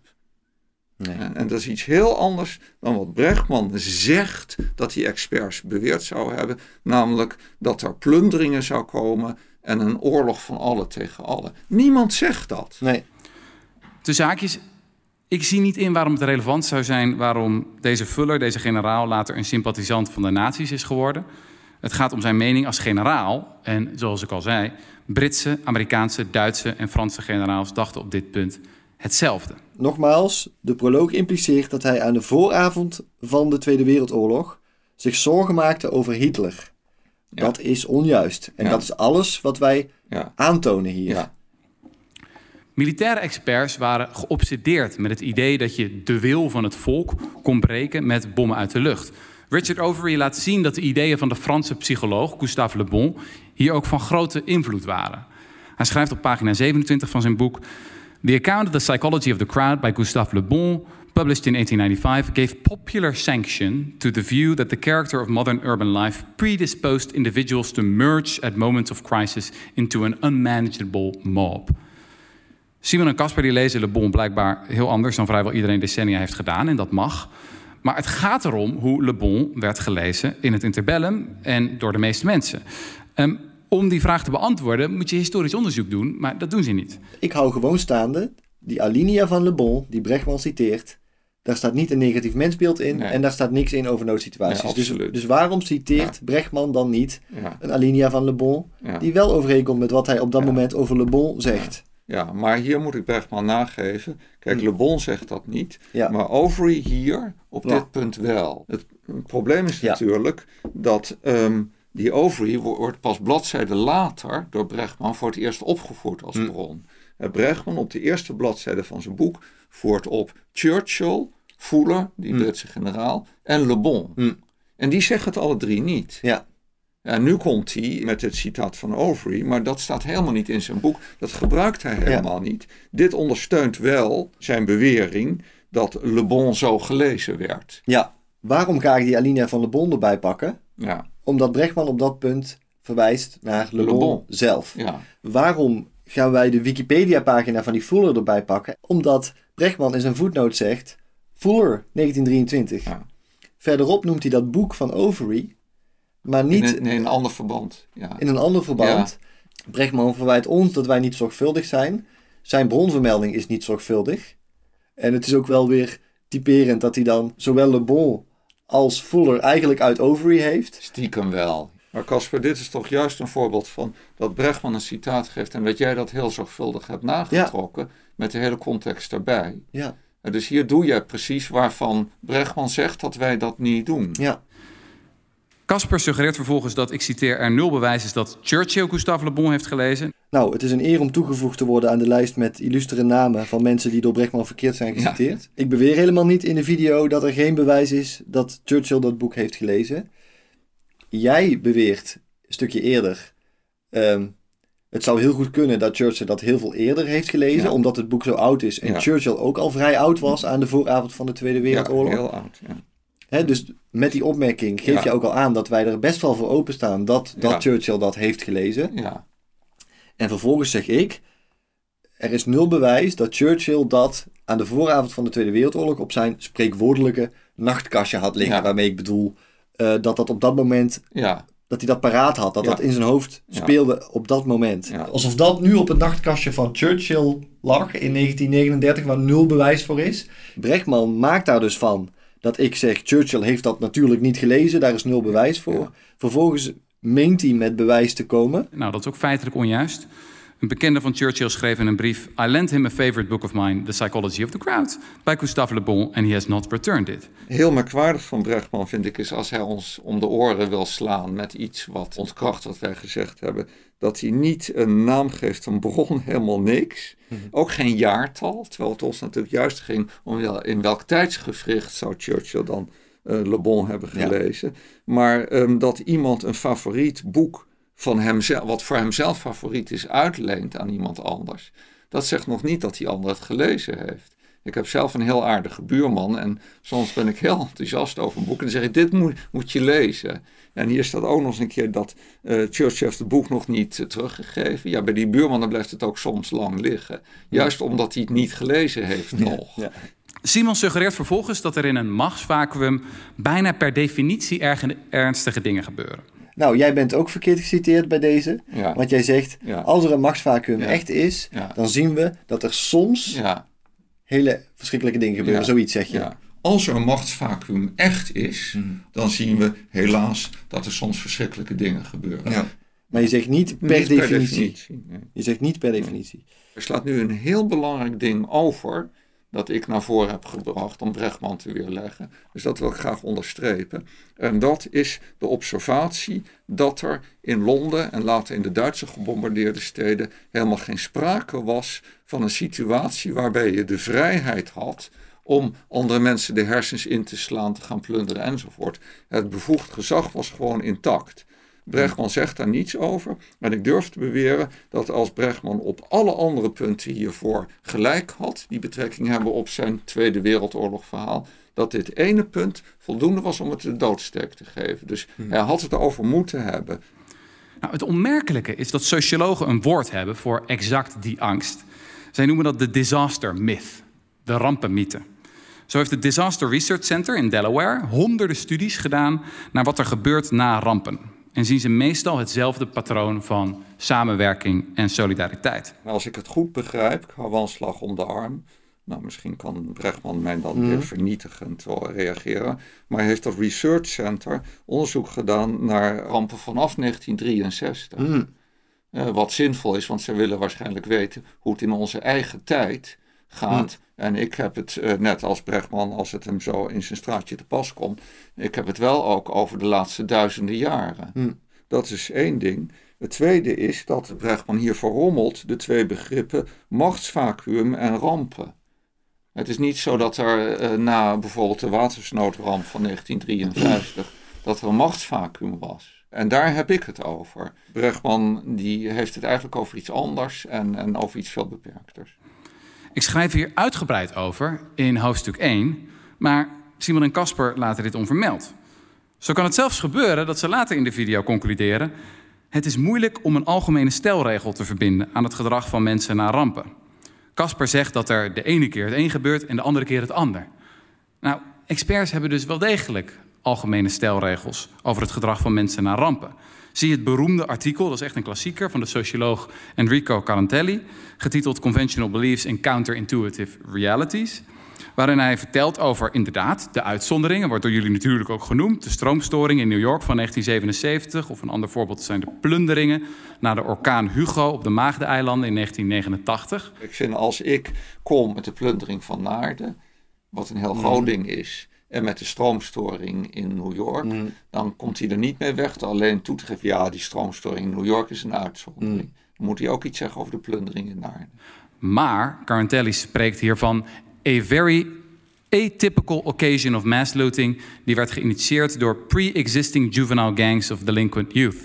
Nee. En, en dat is iets heel anders dan wat Bregman zegt dat die experts beweerd zouden hebben. Namelijk dat er plunderingen zou komen en een oorlog van alle tegen alle. Niemand zegt dat. Nee. De zaakjes, ik zie niet in waarom het relevant zou zijn waarom deze Fuller, deze generaal, later een sympathisant van de nazi's is geworden. Het gaat om zijn mening als generaal. En zoals ik al zei, Britse, Amerikaanse, Duitse en Franse generaals dachten op dit punt hetzelfde. Nogmaals, de proloog impliceert dat hij aan de vooravond van de Tweede Wereldoorlog zich zorgen maakte over Hitler. Ja. Dat is onjuist. En Ja. dat is alles wat wij Ja. aantonen hier. Ja. Militaire experts waren geobsedeerd met het idee dat je de wil van het volk kon breken met bommen uit de lucht. Richard Overy laat zien dat de ideeën van de Franse psycholoog Gustave Le Bon hier ook van grote invloed waren. Hij schrijft op pagina zevenentwintig van zijn boek: The account of the psychology of the crowd by Gustave Le Bon, published in eighteen ninety-five, gave popular sanction to the view that the character of modern urban life predisposed individuals to merge at moments of crisis into an unmanageable mob. Simon en Casper die lezen Le Bon blijkbaar heel anders dan vrijwel iedereen decennia heeft gedaan, en dat mag. Maar het gaat erom hoe Le Bon werd gelezen in het interbellum en door de meeste mensen. Um, om die vraag te beantwoorden moet je historisch onderzoek doen, maar dat doen ze niet. Ik hou gewoon staande, die alinea van Le Bon, die Bregman citeert, daar staat niet een negatief mensbeeld in Nee. en daar staat niks in over noodsituaties. Ja, dus, absoluut. dus waarom citeert Ja. Bregman dan niet Ja. een alinea van Le Bon, Ja. die wel overeenkomt met wat hij op dat Ja. moment over Le Bon zegt? Ja, maar hier moet ik Bregman nageven. Kijk, Hm. Le Bon zegt dat niet. Ja. Maar Overy hier op Ja. dit punt wel. Het, het probleem is Ja. natuurlijk dat um, die Overy wo- wordt pas bladzijden later door Bregman voor het eerst opgevoerd als Hm. bron. Uh, Bregman op de eerste bladzijde van zijn boek voert op Churchill, Fuller, die Hm. Britse generaal, en Le Bon. Hm. En die zeggen het alle drie niet. Ja. En nu komt hij met het citaat van Overy, maar dat staat helemaal niet in zijn boek. Dat gebruikt hij helemaal niet. Dit ondersteunt wel zijn bewering dat Le Bon zo gelezen werd. Ja, waarom ga ik die alinea van Le Bon erbij pakken? Ja, Omdat Bregman op dat punt verwijst naar Le, Le Bon, Bon. zelf. ja, Waarom gaan wij de Wikipedia-pagina van die Fuller erbij pakken? Omdat Bregman in zijn voetnoot zegt, Fuller, negentien drieëntwintig. ja. Verderop noemt hij dat boek van Overy, maar niet In, een, nee, in een ander verband. Ja. in een ander verband. Bregman verwijt ons dat wij niet zorgvuldig zijn. Zijn bronvermelding is niet zorgvuldig. En het is ook wel weer typerend dat hij dan zowel Le Bon als Fuller eigenlijk uit Overy heeft. Stiekem wel. Maar Casper, dit is toch juist een voorbeeld van dat Bregman een citaat geeft en dat jij dat heel zorgvuldig hebt nagetrokken met de hele context erbij. Ja, En dus hier doe jij precies waarvan Bregman zegt dat wij dat niet doen. ja. Casper suggereert vervolgens dat, ik citeer, er nul bewijs is dat Churchill Gustave Le Bon heeft gelezen. Nou, het is een eer om toegevoegd te worden aan de lijst met illustere namen van mensen die door Bregman verkeerd zijn geciteerd. Ik beweer helemaal niet in de video dat er geen bewijs is dat Churchill dat boek heeft gelezen. Jij beweert een stukje eerder, um, het zou heel goed kunnen dat Churchill dat heel veel eerder heeft gelezen, Ja. omdat het boek zo oud is en Ja. Churchill ook al vrij oud was aan de vooravond van de Tweede Wereldoorlog. Ja, heel oud. Ja. Hè, dus met die opmerking geef Ja. je ook al aan dat wij er best wel voor openstaan dat, dat Ja. Churchill dat heeft gelezen. Ja. En vervolgens zeg ik, er is nul bewijs dat Churchill dat aan de vooravond van de Tweede Wereldoorlog op zijn spreekwoordelijke nachtkastje had liggen. Ja. Waarmee ik bedoel uh, dat dat op dat moment, Ja. dat hij dat paraat had. Dat Ja. dat in zijn hoofd Ja. speelde op dat moment. Ja. Alsof dat nu op het nachtkastje van Churchill lag in negentien negenendertig, waar nul bewijs voor is. Bregman maakt daar dus van dat ik zeg, Churchill heeft dat natuurlijk niet gelezen. Daar is nul bewijs voor. Ja. Vervolgens meent hij met bewijs te komen. Nou, dat is ook feitelijk onjuist. Een bekende van Churchill schreef in een brief: I lent him a favorite book of mine, The Psychology of the Crowd, by Gustave Le Bon, and he has not returned it. Heel merkwaardig van Bregman vind ik is als hij ons om de oren wil slaan met iets wat ontkracht wat wij gezegd hebben. Dat hij niet een naam geeft, een bron, helemaal niks. Mm-hmm. Ook geen jaartal, terwijl het ons natuurlijk juist ging om in welk tijdsgevricht zou Churchill dan uh, Le Bon hebben gelezen. Ja. Maar um, dat iemand een favoriet boek van hemzelf, wat voor hemzelf favoriet is, uitleent aan iemand anders. Dat zegt nog niet dat die ander het gelezen heeft. Ik heb zelf een heel aardige buurman en soms ben ik heel enthousiast over een boek en dan zeg ik, dit moet, moet je lezen. En hier staat ook nog eens een keer dat uh, Churchill heeft het boek nog niet uh, teruggegeven. Ja, bij die buurman dan blijft het ook soms lang liggen. Juist omdat hij het niet gelezen heeft ja, nog. Ja. Simon suggereert vervolgens dat er in een machtsvacuüm bijna per definitie erg ernstige dingen gebeuren. Nou, jij bent ook verkeerd geciteerd bij deze. Ja. Want jij zegt, ja. als er een machtsvacuüm ja. echt is, ja. dan zien we dat er soms ja. hele verschrikkelijke dingen gebeuren. Ja. Zoiets zeg je. Ja. Als er een machtsvacuüm echt is, hmm. dan zien we helaas dat er soms verschrikkelijke dingen gebeuren. Ja. Maar je zegt niet per niet definitie. Per definitie nee. Je zegt niet per definitie. Er slaat nu een heel belangrijk ding over dat ik naar voren heb gebracht om Bregman te weerleggen. Dus dat wil ik graag onderstrepen. En dat is de observatie dat er in Londen en later in de Duitse gebombardeerde steden helemaal geen sprake was van een situatie waarbij je de vrijheid had om andere mensen de hersens in te slaan, te gaan plunderen enzovoort. Het bevoegd gezag was gewoon intact. Bregman zegt daar niets over. En ik durf te beweren dat als Bregman op alle andere punten hiervoor gelijk had, die betrekking hebben op zijn Tweede Wereldoorlog verhaal, dat dit ene punt voldoende was om het de doodsteek te geven. Dus hmm. hij had het erover moeten hebben. Nou, het onmerkelijke is dat sociologen een woord hebben voor exact die angst. Zij noemen dat de disaster myth, de rampenmythe. Zo heeft het Disaster Research Center in Delaware honderden studies gedaan naar wat er gebeurt na rampen. En zien ze meestal hetzelfde patroon van samenwerking en solidariteit. Als ik het goed begrijp, ik hou wel een slag om de arm. Nou, misschien kan Bregman mij dan mm. weer vernietigend reageren. Maar hij heeft dat Research Center onderzoek gedaan naar rampen vanaf negentien drieënzestig. Mm. Uh, wat zinvol is, want ze willen waarschijnlijk weten hoe het in onze eigen tijd gaat. Mm. En ik heb het, uh, net als Bregman, als het hem zo in zijn straatje te pas komt, ik heb het wel ook over de laatste duizenden jaren. Mm. Dat is één ding. Het tweede is dat Bregman hier verrommelt de twee begrippen machtsvacuüm en rampen. Het is niet zo dat er uh, na bijvoorbeeld de watersnoodramp van negentien drieënvijftig dat er een machtsvacuüm was. En daar heb ik het over. Bregman die heeft het eigenlijk over iets anders en, en over iets veel beperkters. Ik schrijf hier uitgebreid over in hoofdstuk één, maar Simon en Casper laten dit onvermeld. Zo kan het zelfs gebeuren dat ze later in de video concluderen: het is moeilijk om een algemene stelregel te verbinden aan het gedrag van mensen na rampen. Casper zegt dat er de ene keer het een gebeurt en de andere keer het ander. Nou, experts hebben dus wel degelijk algemene stelregels over het gedrag van mensen na rampen. Zie het beroemde artikel, dat is echt een klassieker, van de socioloog Enrico Carantelli, getiteld Conventional Beliefs and Counterintuitive Realities, waarin hij vertelt over inderdaad de uitzonderingen, wordt door jullie natuurlijk ook genoemd, de stroomstoring in New York van negentien zevenenzeventig, of een ander voorbeeld zijn de plunderingen na de orkaan Hugo op de Maagdeneilanden in negentien negenentachtig. Ik vind als ik kom met de plundering van Naarden, wat een heel groot ding is, en met de stroomstoring in New York, mm. dan komt hij er niet mee weg. Alleen toe te geven, ja, die stroomstoring in New York is een uitzondering. Mm. Dan moet hij ook iets zeggen over de plundering in Naarden. Maar Carantelli spreekt hier van a very atypical occasion of mass looting, die werd geïnitieerd door pre-existing juvenile gangs of delinquent youth.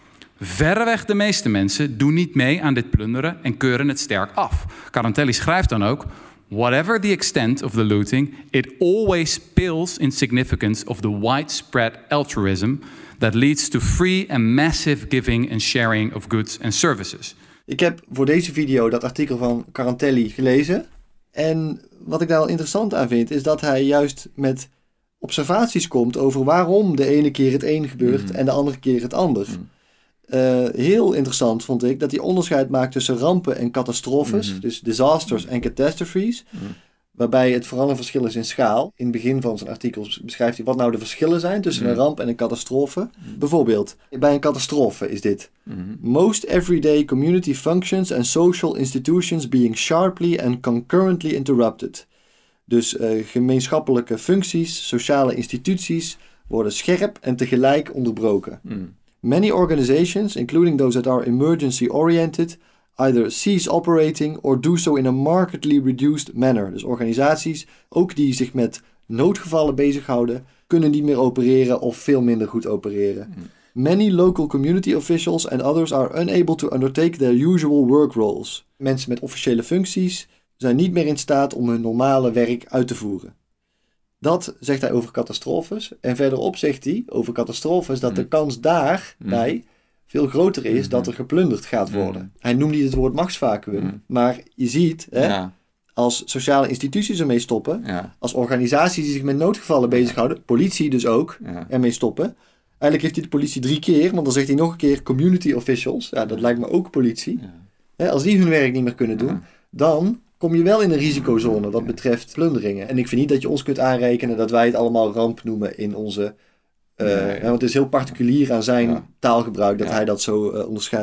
Verreweg de meeste mensen doen niet mee aan dit plunderen en keuren het sterk af. Carantelli schrijft dan ook: whatever the extent of the looting, it always pales in significance of the widespread altruism that leads to free and massive giving and sharing of goods and services. Ik heb voor deze video dat artikel van Carantelli gelezen. En wat ik daar al interessant aan vind, is dat hij juist met observaties komt over waarom de ene keer het een gebeurt mm. en de andere keer het ander. Mm. Uh, heel interessant vond ik dat hij onderscheid maakt tussen rampen en catastrofes, mm-hmm. dus disasters en catastrophes, mm. waarbij het vooral een verschil is in schaal. In het begin van zijn artikel beschrijft hij wat nou de verschillen zijn tussen mm. een ramp en een catastrofe. Mm. Bijvoorbeeld, bij een catastrofe is dit: mm-hmm. most everyday community functions and social institutions being sharply and concurrently interrupted. Dus uh, gemeenschappelijke functies, sociale instituties worden scherp en tegelijk onderbroken. Mm. Many organizations, including those that are emergency-oriented, either cease operating or do so in a markedly reduced manner. Dus organisaties, ook die zich met noodgevallen bezighouden, kunnen niet meer opereren of veel minder goed opereren. Mm. Many local community officials and others are unable to undertake their usual work roles. Mensen met officiële functies zijn niet meer in staat om hun normale werk uit te voeren. Dat zegt hij over catastrofes. En verderop zegt hij over catastrofes dat mm. de kans daarbij mm. veel groter is mm-hmm. dat er geplunderd gaat worden. Mm. Hij noemt niet het woord machtsvacuüm. Mm. Maar je ziet, hè, ja. als sociale instituties ermee stoppen, ja. als organisaties die zich met noodgevallen ja. bezighouden, politie dus ook, ja. ermee stoppen. Eigenlijk heeft hij de politie drie keer, want dan zegt hij nog een keer community officials. Ja, dat ja. lijkt me ook politie. Ja. Hè, als die hun werk niet meer kunnen doen, ja. dan kom je wel in een risicozone wat betreft plunderingen. En ik vind niet dat je ons kunt aanrekenen dat wij het allemaal ramp noemen in onze... Uh, nee. ja, want het is heel particulier aan zijn ja. taalgebruik dat ja. hij dat zo uh, onderscheidt.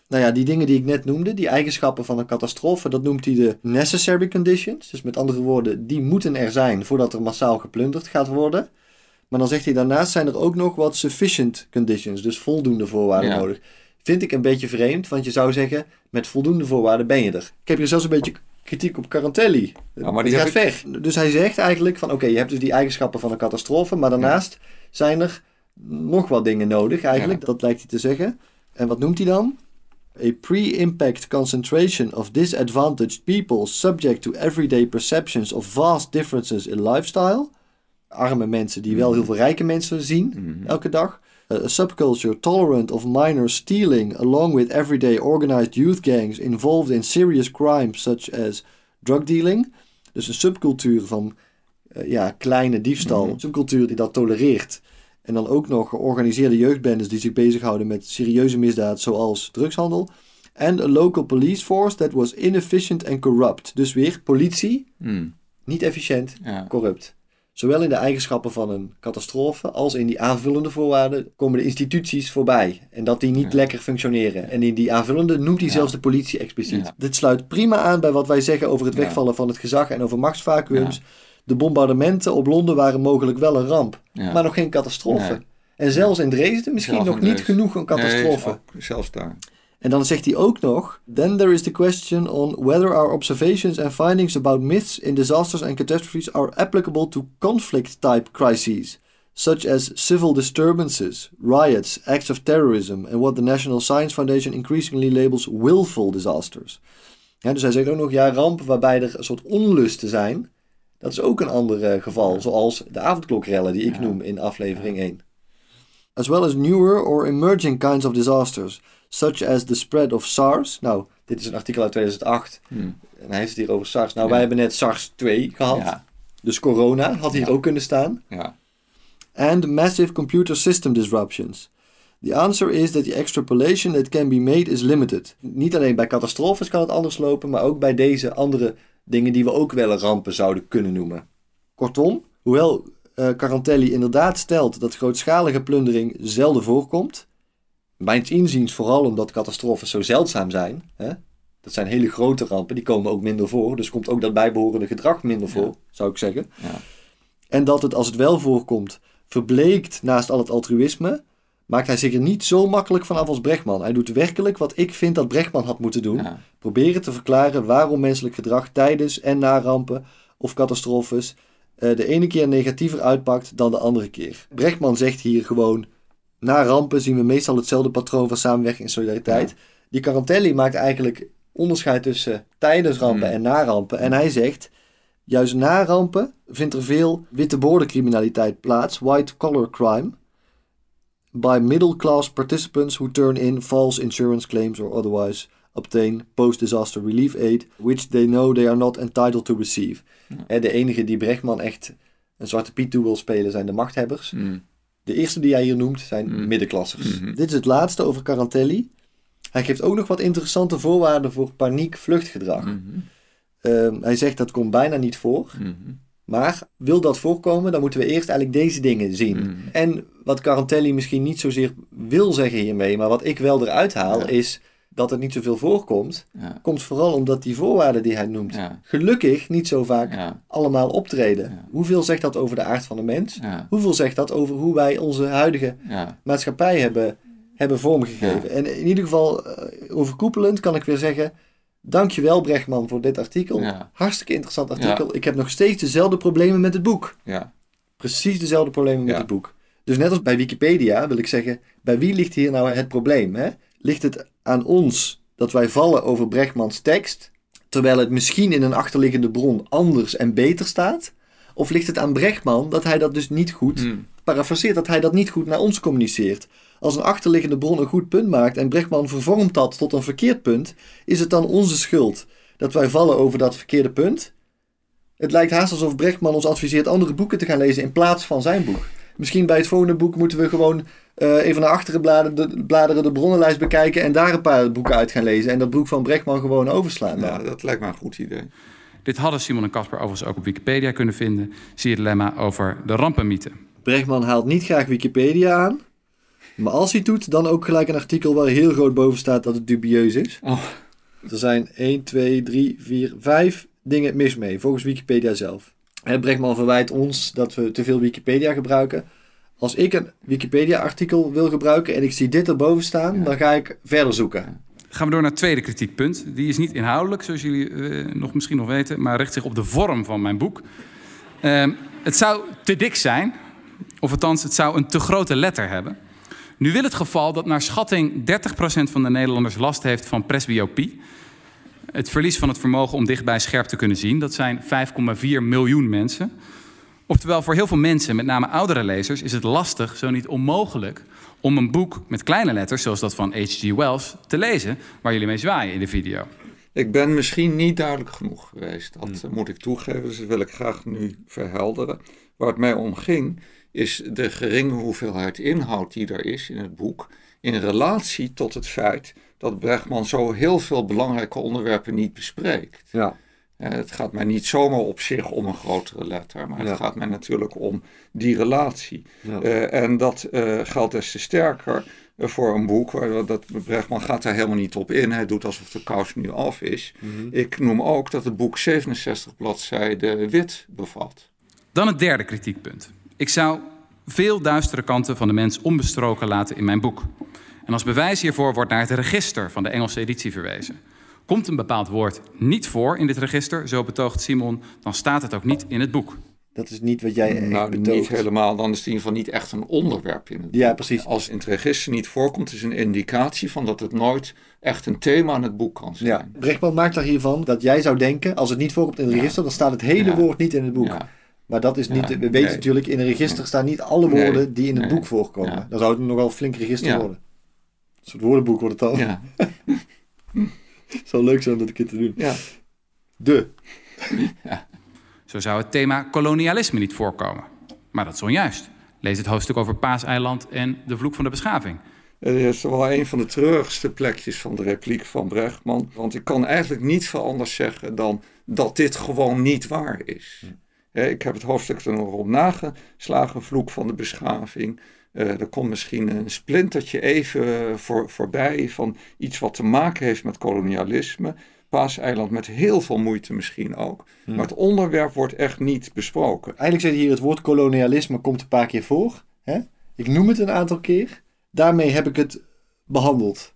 Nou ja, die dingen die ik net noemde, die eigenschappen van een catastrofe, dat noemt hij de necessary conditions. Dus met andere woorden, die moeten er zijn voordat er massaal geplunderd gaat worden. Maar dan zegt hij, daarnaast zijn er ook nog wat sufficient conditions, dus voldoende voorwaarden ja. nodig. Vind ik een beetje vreemd, want je zou zeggen, met voldoende voorwaarden ben je er. Ik heb hier zelfs een beetje kritiek op Carantelli. Ja, maar die het gaat heb ik... ver. Dus hij zegt eigenlijk van, oké, okay, je hebt dus die eigenschappen van een catastrofe, maar daarnaast ja. zijn er nog wat dingen nodig eigenlijk. Ja. Dat lijkt hij te zeggen. En wat noemt hij dan? A pre-impact concentration of disadvantaged people subject to everyday perceptions of vast differences in lifestyle. Arme mensen die wel heel veel rijke mensen zien mm-hmm. elke dag. A subculture tolerant of minor stealing along with everyday organized youth gangs involved in serious crimes such as drug dealing. Dus een subcultuur van uh, ja, kleine diefstal. Mm-hmm. Subcultuur die dat tolereert. En dan ook nog georganiseerde jeugdbendes die zich bezighouden met serieuze misdaad zoals drugshandel. And a local police force that was inefficient and corrupt. Dus weer politie, mm. niet efficiënt, ja. corrupt. Zowel in de eigenschappen van een catastrofe als in die aanvullende voorwaarden komen de instituties voorbij. En dat die niet ja. lekker functioneren. En in die aanvullende noemt hij ja. zelfs de politie expliciet. Ja. Dit sluit prima aan bij wat wij zeggen over het wegvallen ja. van het gezag en over machtsvacuums. Ja. De bombardementen op Londen waren mogelijk wel een ramp, ja. maar nog geen catastrofe. Nee. En zelfs in Dresden misschien zelfs nog niet Dresden. genoeg een catastrofe. Nee, zelfs daar. En dan zegt hij ook nog, then there is the question on whether our observations and findings about myths in disasters and catastrophes are applicable to conflict-type crises, such as civil disturbances, riots, acts of terrorism, and what the National Science Foundation increasingly labels willful disasters. Ja, dus hij zegt ook nog, ja, rampen waarbij er een soort onlusten zijn, dat is ook een ander uh, geval, ja. zoals de avondklokrellen die ik ja. noem in aflevering ja. één. As well as newer or emerging kinds of disasters, such as the spread of SARS. Nou, dit is een artikel uit tweeduizend acht. Hmm. En hij heeft het hier over SARS. Nou, ja. wij hebben net SARS twee gehad. Ja. Dus corona had hier ja. ook kunnen staan. Ja. And massive computer system disruptions. The answer is that the extrapolation that can be made is limited. Niet alleen bij catastrofes kan het anders lopen, maar ook bij deze andere dingen die we ook wel rampen zouden kunnen noemen. Kortom, hoewel uh, Carantelli inderdaad stelt dat grootschalige plundering zelden voorkomt, mijns inziens vooral omdat catastrofes zo zeldzaam zijn. Hè? Dat zijn hele grote rampen, die komen ook minder voor. Dus komt ook dat bijbehorende gedrag minder voor, ja. zou ik zeggen. Ja. En dat het, als het wel voorkomt, verbleekt naast al het altruïsme, maakt hij zich er niet zo makkelijk vanaf als Bregman. Hij doet werkelijk wat ik vind dat Bregman had moeten doen. Ja. Proberen te verklaren waarom menselijk gedrag tijdens en na rampen of catastrofes uh, de ene keer negatiever uitpakt dan de andere keer. Bregman zegt hier gewoon, na rampen zien we meestal hetzelfde patroon van samenwerking en solidariteit. Ja. Die Carantelli maakt eigenlijk onderscheid tussen tijdens rampen mm. en na rampen. En hij zegt, juist na rampen vindt er veel witte boordencriminaliteit plaats, white collar crime, by middle class participants who turn in false insurance claims or otherwise obtain post-disaster relief aid, which they know they are not entitled to receive. Ja. De enige die Bregman echt een zwarte piet toe wil spelen zijn de machthebbers. Mm. De eerste die hij hier noemt zijn mm. middenklassers. Mm-hmm. Dit is het laatste over Carantelli. Hij geeft ook nog wat interessante voorwaarden voor paniek-vluchtgedrag. Mm-hmm. Uh, hij zegt dat komt bijna niet voor. Mm-hmm. Maar wil dat voorkomen, dan moeten we eerst eigenlijk deze dingen zien. Mm-hmm. En wat Carantelli misschien niet zozeer wil zeggen hiermee, maar wat ik wel eruit haal, ja. is dat het niet zoveel voorkomt. Ja. Komt vooral omdat die voorwaarden die hij noemt, ja. gelukkig niet zo vaak ja. allemaal optreden. Ja. Hoeveel zegt dat over de aard van de mens? Ja. Hoeveel zegt dat over hoe wij onze huidige ja. maatschappij hebben, hebben vormgegeven? Ja. En in ieder geval, uh, overkoepelend kan ik weer zeggen, dankjewel Bregman voor dit artikel. Ja. Hartstikke interessant artikel. Ja. Ik heb nog steeds dezelfde problemen met het boek. Ja. Precies dezelfde problemen met ja. het boek. Dus net als bij Wikipedia wil ik zeggen, bij wie ligt hier nou het probleem? Hè? Ligt het aan ons dat wij vallen over Bregmans tekst, terwijl het misschien in een achterliggende bron anders en beter staat? Of ligt het aan Bregman dat hij dat dus niet goed hmm. parafraseert, dat hij dat niet goed naar ons communiceert? Als een achterliggende bron een goed punt maakt en Bregman vervormt dat tot een verkeerd punt, is het dan onze schuld dat wij vallen over dat verkeerde punt? Het lijkt haast alsof Bregman ons adviseert andere boeken te gaan lezen in plaats van zijn boek. Misschien bij het volgende boek moeten we gewoon uh, even naar achteren bladeren de, bladeren, de bronnenlijst bekijken en daar een paar boeken uit gaan lezen. En dat boek van Bregman gewoon overslaan. Ja, dat lijkt me een goed idee. Dit hadden Simon en Casper overigens ook op Wikipedia kunnen vinden. Zie je het lemma over de rampenmythe. Bregman haalt niet graag Wikipedia aan. Maar als hij het doet, dan ook gelijk een artikel waar heel groot boven staat dat het dubieus is. Oh. Er zijn één, twee, drie, vier, vijf dingen mis mee, volgens Wikipedia zelf. Hè, Bregman verwijt ons dat we te veel Wikipedia gebruiken. Als ik een Wikipedia-artikel wil gebruiken en ik zie dit erboven staan, ja. dan ga ik verder zoeken. Gaan we door naar het tweede kritiekpunt. Die is niet inhoudelijk, zoals jullie uh, nog misschien nog weten, maar richt zich op de vorm van mijn boek. Uh, het zou te dik zijn, of althans, het zou een te grote letter hebben. Nu wil het geval dat naar schatting dertig procent van de Nederlanders last heeft van presbyopie. Het verlies van het vermogen om dichtbij scherp te kunnen zien. Dat zijn vijf komma vier miljoen mensen. Oftewel, voor heel veel mensen, met name oudere lezers, is het lastig, zo niet onmogelijk, om een boek met kleine letters, zoals dat van H G Wells, te lezen, waar jullie mee zwaaien in de video. Ik ben misschien niet duidelijk genoeg geweest. Dat hmm. moet ik toegeven, dus dat wil ik graag nu verhelderen. Waar het mij om ging, is de geringe hoeveelheid inhoud die er is in het boek, in relatie tot het feit dat Bregman zo heel veel belangrijke onderwerpen niet bespreekt. Ja. Uh, het gaat mij niet zomaar op zich om een grotere letter, maar het ja. gaat mij natuurlijk om die relatie. Ja. Uh, en dat uh, geldt des te sterker uh, voor een boek, waar dat Bregman gaat daar helemaal niet op in. Hij doet alsof de kous nu af is. Mm-hmm. Ik noem ook dat het boek zevenenzestig bladzijden wit bevat. Dan het derde kritiekpunt. Ik zou veel duistere kanten van de mens onbesproken laten in mijn boek. En als bewijs hiervoor wordt naar het register van de Engelse editie verwezen. Komt een bepaald woord niet voor in dit register, zo betoogt Simon, dan staat het ook niet in het boek. Dat is niet wat jij echt nou, betoogt. Niet helemaal, dan is het in ieder geval niet echt een onderwerp in het boek. Ja, precies. Als het in het register niet voorkomt, is een indicatie van dat het nooit echt een thema in het boek kan zijn. Ja, Bregman maakt er hiervan dat jij zou denken, als het niet voorkomt in het register, ja. dan staat het hele ja. woord niet in het boek. Ja. Maar dat is niet, ja, we weten nee. natuurlijk, in een register staan niet alle woorden nee, die in het nee, boek voorkomen. Ja. Dan zou het nogal een flink register ja. worden. Een soort woordenboek wordt het dan. Ja. Het zou leuk zijn om dat een keer te doen. Ja. De. Ja. Zo zou het thema kolonialisme niet voorkomen. Maar dat is onjuist. Lees het hoofdstuk over Paaseiland en de vloek van de beschaving. Het is wel een van de treurigste plekjes van de repliek van Bregman. Want ik kan eigenlijk niet veel anders zeggen dan dat dit gewoon niet waar is. Hm. Ik heb het hoofdstuk er nog op nageslagen, vloek van de beschaving. Uh, er komt misschien een splintertje even voor, voorbij van iets wat te maken heeft met kolonialisme. Paaseiland met heel veel moeite misschien ook. Hmm. Maar het onderwerp wordt echt niet besproken. Eigenlijk zit hier het woord kolonialisme komt een paar keer voor. Hè? Ik noem het een aantal keer. Daarmee heb ik het behandeld.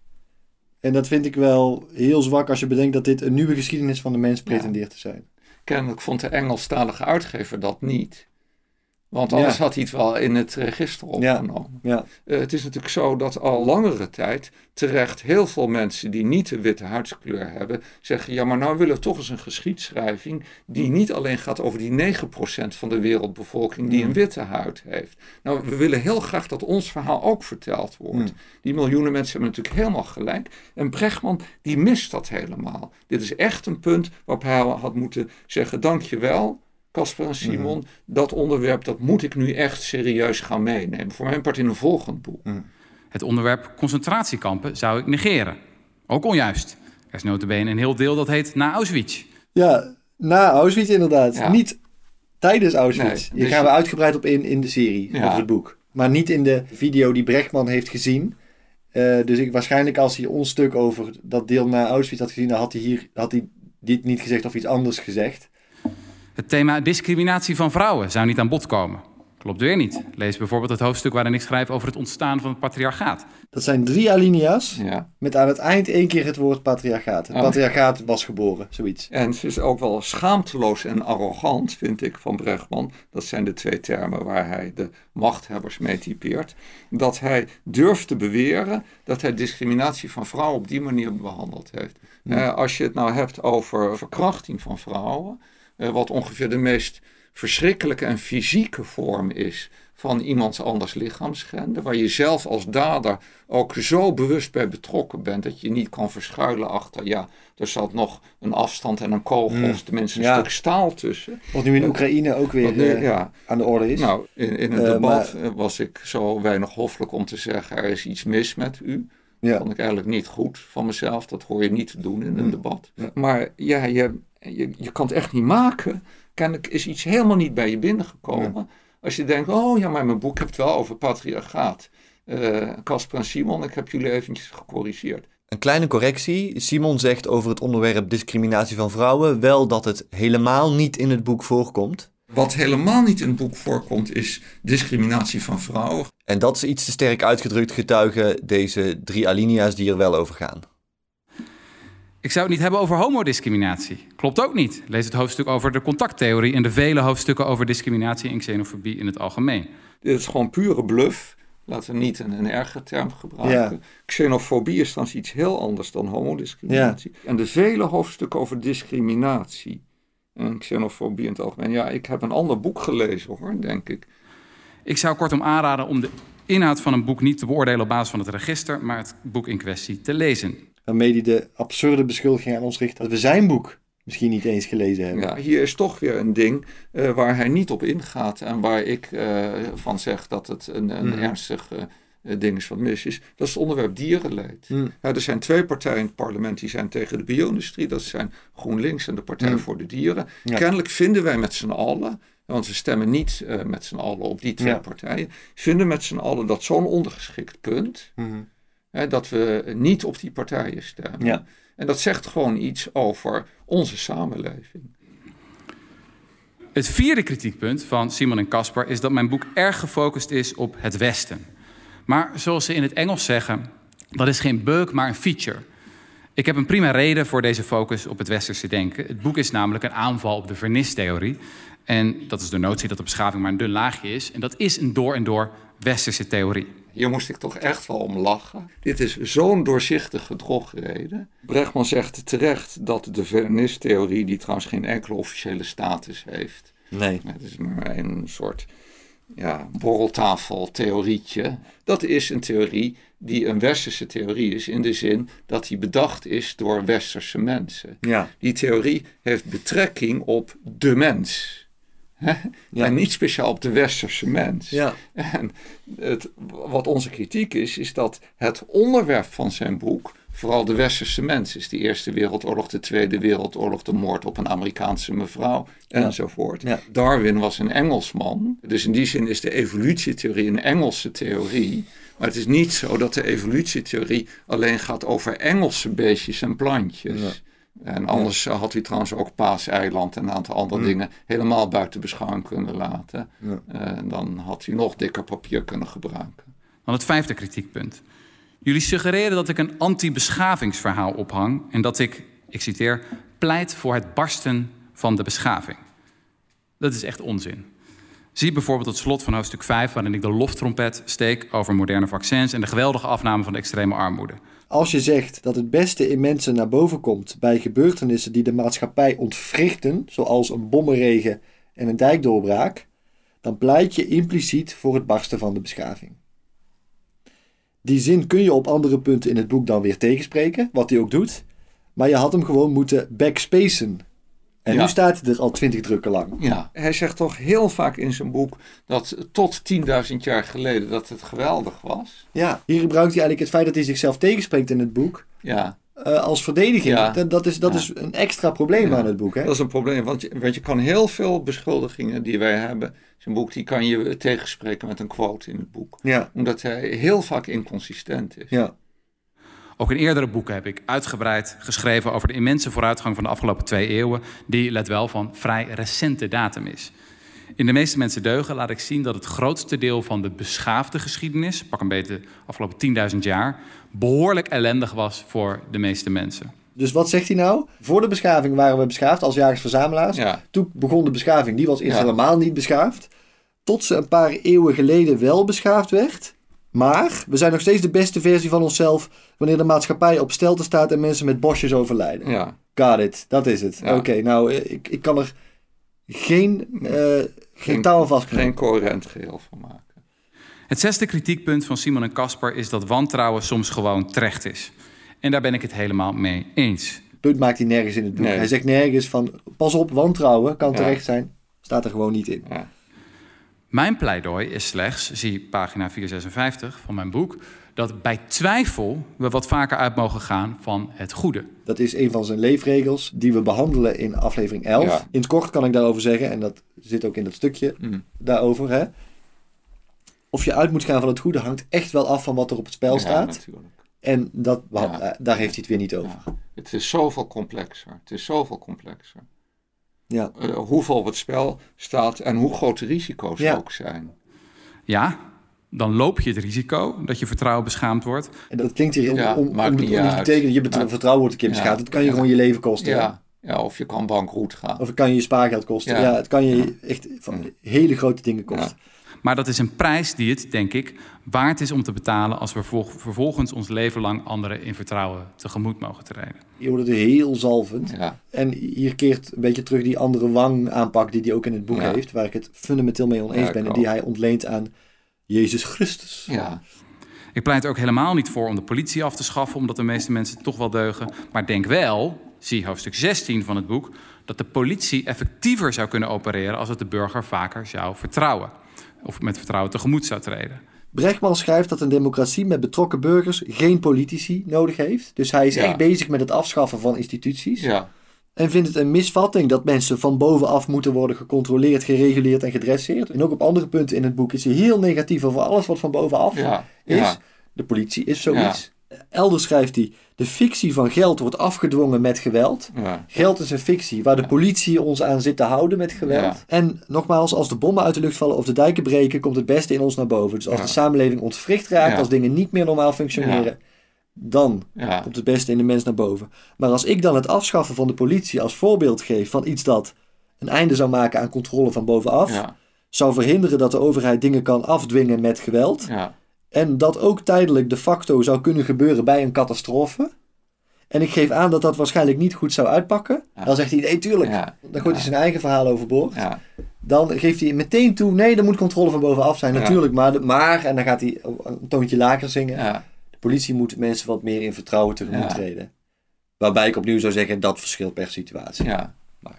En dat vind ik wel heel zwak als je bedenkt dat dit een nieuwe geschiedenis van de mens pretendeert te zijn. Kennelijk vond de Engelstalige uitgever dat niet. Want anders ja. had hij het wel in het register opgenomen. Ja. Ja. Uh, het is natuurlijk zo dat al langere tijd terecht heel veel mensen die niet de witte huidskleur hebben, zeggen, ja, maar nou willen we toch eens een geschiedschrijving die niet alleen gaat over die negen procent van de wereldbevolking die mm. een witte huid heeft. Nou, we willen heel graag dat ons verhaal ook verteld wordt. Mm. Die miljoenen mensen hebben natuurlijk helemaal gelijk. En Bregman, die mist dat helemaal. Dit is echt een punt waarop hij had moeten zeggen, dankjewel, Casper en Simon, mm-hmm. dat onderwerp, dat moet ik nu echt serieus gaan meenemen. Voor mijn part in een volgend boek. Mm. Het onderwerp concentratiekampen zou ik negeren. Ook onjuist. Er is nota bene een heel deel dat heet na Auschwitz. Ja, na Auschwitz inderdaad. Ja. Niet tijdens Auschwitz. Nee, Hier dus gaan we uitgebreid op in in de serie, ja. over het boek. Maar niet in de video die Bregman heeft gezien. Uh, dus ik, waarschijnlijk als hij ons stuk over dat deel na Auschwitz had gezien, dan had hij, hier, had hij dit niet gezegd of iets anders gezegd. Het thema discriminatie van vrouwen zou niet aan bod komen. Klopt weer niet. Lees bijvoorbeeld het hoofdstuk waarin ik schrijf over het ontstaan van het patriarchaat. Dat zijn drie alinea's ja. met aan het eind één keer het woord patriarchaat. Het oh. patriarchaat was geboren, zoiets. En het is ook wel schaamteloos en arrogant, vind ik, van Bregman. Dat zijn de twee termen waar hij de machthebbers mee typeert. Dat hij durft te beweren dat hij discriminatie van vrouwen op die manier behandeld heeft. Ja. Uh, als je het nou hebt over verkrachting van vrouwen, Uh, wat ongeveer de meest verschrikkelijke en fysieke vorm is van iemands anders lichaamsschende, waar je zelf als dader ook zo bewust bij betrokken bent dat je niet kan verschuilen achter, ja, er zat nog een afstand en een kogel mm. of tenminste een ja. stuk staal tussen. Wat nu in Oekraïne ook weer nu, uh, ja. aan de orde is. Nou, in, in het uh, debat maar... was ik zo weinig hoffelijk om te zeggen, er is iets mis met u. Ja. Dat vond ik eigenlijk niet goed van mezelf, dat hoor je niet te doen in een mm. debat. Ja. Maar ja, je... Je, je kan het echt niet maken. Kennelijk is iets helemaal niet bij je binnengekomen. Ja. Als je denkt, oh ja, maar mijn boek heeft het wel over patriarchaat. Caspar uh, en Simon, ik heb jullie eventjes gecorrigeerd. Een kleine correctie. Simon zegt over het onderwerp discriminatie van vrouwen wel dat het helemaal niet in het boek voorkomt. Wat helemaal niet in het boek voorkomt is discriminatie van vrouwen. En dat is iets te sterk uitgedrukt, getuigen deze drie alinea's die er wel over gaan. Ik zou het niet hebben over homodiscriminatie. Klopt ook niet. Lees het hoofdstuk over de contacttheorie en de vele hoofdstukken over discriminatie en xenofobie in het algemeen. Dit is gewoon pure bluff. Laten we niet een, een erge term gebruiken. Ja. Xenofobie is dan iets heel anders dan homodiscriminatie. Ja. En de vele hoofdstukken over discriminatie en xenofobie in het algemeen. Ja, ik heb een ander boek gelezen hoor, denk ik. Ik zou kortom aanraden om de inhoud van een boek niet te beoordelen op basis van het register, maar het boek in kwestie te lezen. Waarmee hij de absurde beschuldiging aan ons richt dat we zijn boek misschien niet eens gelezen hebben. Ja, hier is toch weer een ding uh, waar hij niet op ingaat en waar ik uh, van zeg dat het een, een mm. ernstig uh, ding is wat mis is. Dat is het onderwerp dierenleed. Mm. Ja, er zijn twee partijen in het parlement die zijn tegen de bio-industrie. Dat zijn GroenLinks en de Partij mm. voor de Dieren. Ja. Kennelijk vinden wij met z'n allen, want we stemmen niet uh, met z'n allen op die twee ja. partijen, vinden met z'n allen dat zo'n ondergeschikt punt, mm. hè, dat we niet op die partijen stemmen. Ja. En dat zegt gewoon iets over onze samenleving. Het vierde kritiekpunt van Simon en Caspar is dat mijn boek erg gefocust is op het Westen. Maar zoals ze in het Engels zeggen, dat is geen bug, maar een feature. Ik heb een prima reden voor deze focus op het westerse denken. Het boek is namelijk een aanval op de vernistheorie. En dat is de notie dat de beschaving maar een dun laagje is. En dat is een door en door westerse theorie. Hier moest ik toch echt wel om lachen. Dit is zo'n doorzichtige drogreden. Brechtman zegt terecht dat de vernistheorie, die trouwens geen enkele officiële status heeft. Nee. Het is maar een soort ja, borreltafeltheorietje. Dat is een theorie die een westerse theorie is in de zin dat die bedacht is door westerse mensen. Ja. Die theorie heeft betrekking op de mens. Ja. En niet speciaal op de westerse mens. Ja. En het, wat onze kritiek is, is dat het onderwerp van zijn boek vooral de westerse mens is. De Eerste Wereldoorlog, de Tweede Wereldoorlog, de moord op een Amerikaanse mevrouw enzovoort. Ja. Darwin was een Engelsman. Dus in die zin is de evolutietheorie een Engelse theorie. Maar het is niet zo dat de evolutietheorie alleen gaat over Engelse beestjes en plantjes. Ja. En anders ja. had hij trouwens ook Paaseiland en een aantal andere mm. dingen helemaal buiten beschouwing kunnen laten. Ja. En dan had hij nog dikker papier kunnen gebruiken. Dan het vijfde kritiekpunt. Jullie suggereren dat ik een anti-beschavingsverhaal ophang en dat ik, ik citeer, pleit voor het barsten van de beschaving. Dat is echt onzin. Zie bijvoorbeeld het slot van hoofdstuk vijf, waarin ik de loftrompet steek over moderne vaccins en de geweldige afname van de extreme armoede. Als je zegt dat het beste in mensen naar boven komt bij gebeurtenissen die de maatschappij ontwrichten, zoals een bommenregen en een dijkdoorbraak, dan pleit je impliciet voor het barsten van de beschaving. Die zin kun je op andere punten in het boek dan weer tegenspreken, wat hij ook doet, maar je had hem gewoon moeten backspacen. En ja. nu staat hij er al twintig drukken lang. Ja, hij zegt toch heel vaak in zijn boek dat tot tienduizend jaar geleden dat het geweldig was. Ja, hier gebruikt hij eigenlijk het feit dat hij zichzelf tegenspreekt in het boek ja. uh, als verdediging. Ja. Dat, dat, is, dat ja. is een extra probleem ja. aan het boek. Hè? Dat is een probleem, want je, want je kan heel veel beschuldigingen die wij hebben, zijn boek, die kan je tegenspreken met een quote in het boek. Ja. Omdat hij heel vaak inconsistent is. Ja. Ook in eerdere boeken heb ik uitgebreid geschreven over de immense vooruitgang van de afgelopen twee eeuwen, die, let wel, van vrij recente datum is. In de meeste mensen deugen laat ik zien dat het grootste deel van de beschaafde geschiedenis, pak een beetje de afgelopen tienduizend jaar, behoorlijk ellendig was voor de meeste mensen. Dus wat zegt hij nou? Voor de beschaving waren we beschaafd als jagers-verzamelaars. Ja. Toen begon de beschaving, die was eerst ja. helemaal niet beschaafd. Tot ze een paar eeuwen geleden wel beschaafd werd. Maar we zijn nog steeds de beste versie van onszelf wanneer de maatschappij op stelte staat en mensen met bosjes overlijden. Ja. Got it, dat is het. Ja. Oké, okay, nou, ik, ik kan er geen, uh, geen, geen taal aan vastknopen. Geen coherent geheel van maken. Het zesde kritiekpunt van Simon en Caspar is dat wantrouwen soms gewoon terecht is. En daar ben ik het helemaal mee eens. Punt maakt hij nergens in het boek. Nee. Hij zegt nergens van, pas op, wantrouwen kan terecht ja. zijn. Staat er gewoon niet in. Ja. Mijn pleidooi is slechts, zie pagina vierhonderdzesenvijftig van mijn boek, dat bij twijfel we wat vaker uit mogen gaan van het goede. Dat is een van zijn leefregels die we behandelen in aflevering elf. Ja. In het kort kan ik daarover zeggen, en dat zit ook in dat stukje mm. daarover. Hè? of je uit moet gaan van het goede hangt echt wel af van wat er op het spel Ja, staat. natuurlijk. En dat, Ja. daar heeft hij het weer niet over. Ja. Het is zoveel complexer. Het is zoveel complexer. Ja. Uh, hoeveel op het spel staat en hoe groot de risico's Ja. ook zijn. Ja, dan loop je het risico dat je vertrouwen beschaamd wordt. En dat klinkt hier Ja, om, om, maakt om, niet om te uit. betekenen, je bet- Maar- vertrouwen wordt een keer Ja. beschaamd. Dat kan je Ja. gewoon je leven kosten. hè? Ja, ja, of je kan bankroet gaan. Of het kan je je spaargeld kosten. Ja, Ja. het kan je echt van hele grote dingen kosten. Maar dat is een prijs die het, denk ik, waard is om te betalen als we vervol- vervolgens ons leven lang anderen in vertrouwen tegemoet mogen treden. Je wordt het heel zalvend. Ja, En hier keert een beetje terug die andere wang aanpak die hij ook in het boek Ja. heeft, waar ik het fundamenteel mee oneens Ja, ik ben en ook. die hij ontleent aan Jezus Christus. ja, Ik pleit er ook helemaal niet voor om de politie af te schaffen, omdat de meeste mensen toch wel deugen. Maar denk wel, zie hoofdstuk zestien van het boek, dat de politie effectiever zou kunnen opereren als het de burger vaker zou vertrouwen. Of met vertrouwen tegemoet zou treden. Brechtman schrijft dat een democratie met betrokken burgers geen politici nodig heeft. Dus hij is Ja. echt bezig met het afschaffen van instituties. ja, En vindt het een misvatting dat mensen van bovenaf moeten worden gecontroleerd, gereguleerd en gedresseerd. En ook op andere punten in het boek is hij heel negatief over alles wat van bovenaf ja, is. ja, De politie is zoiets. Elders schrijft hij, de fictie van geld wordt afgedwongen met geweld. ja, Geld is een fictie waar de politie ons aan zit te houden met geweld. Ja. En nogmaals, als de bommen uit de lucht vallen of de dijken breken, komt het beste in ons naar boven. Dus als Ja. de samenleving ontwricht raakt, Ja. als dingen niet meer normaal functioneren, dan ja, komt het beste in de mens naar boven. Maar als ik dan het afschaffen van de politie als voorbeeld geef van iets dat een einde zou maken aan controle van bovenaf, ja, zou verhinderen dat de overheid dingen kan afdwingen met geweld, ja, en dat ook tijdelijk de facto zou kunnen gebeuren bij een catastrofe, en ik geef aan dat dat waarschijnlijk niet goed zou uitpakken, Ja. dan zegt hij, nee, tuurlijk, ja, dan gooit hij zijn eigen verhaal overboord. ja, Dan geeft hij meteen toe, nee, er moet controle van bovenaf zijn, Ja. natuurlijk, maar, de- maar, en dan gaat hij een toontje lager zingen, ja, de politie moet mensen wat meer in vertrouwen tegemoet Ja. treden. Waarbij ik opnieuw zou zeggen, dat verschilt per situatie. ja.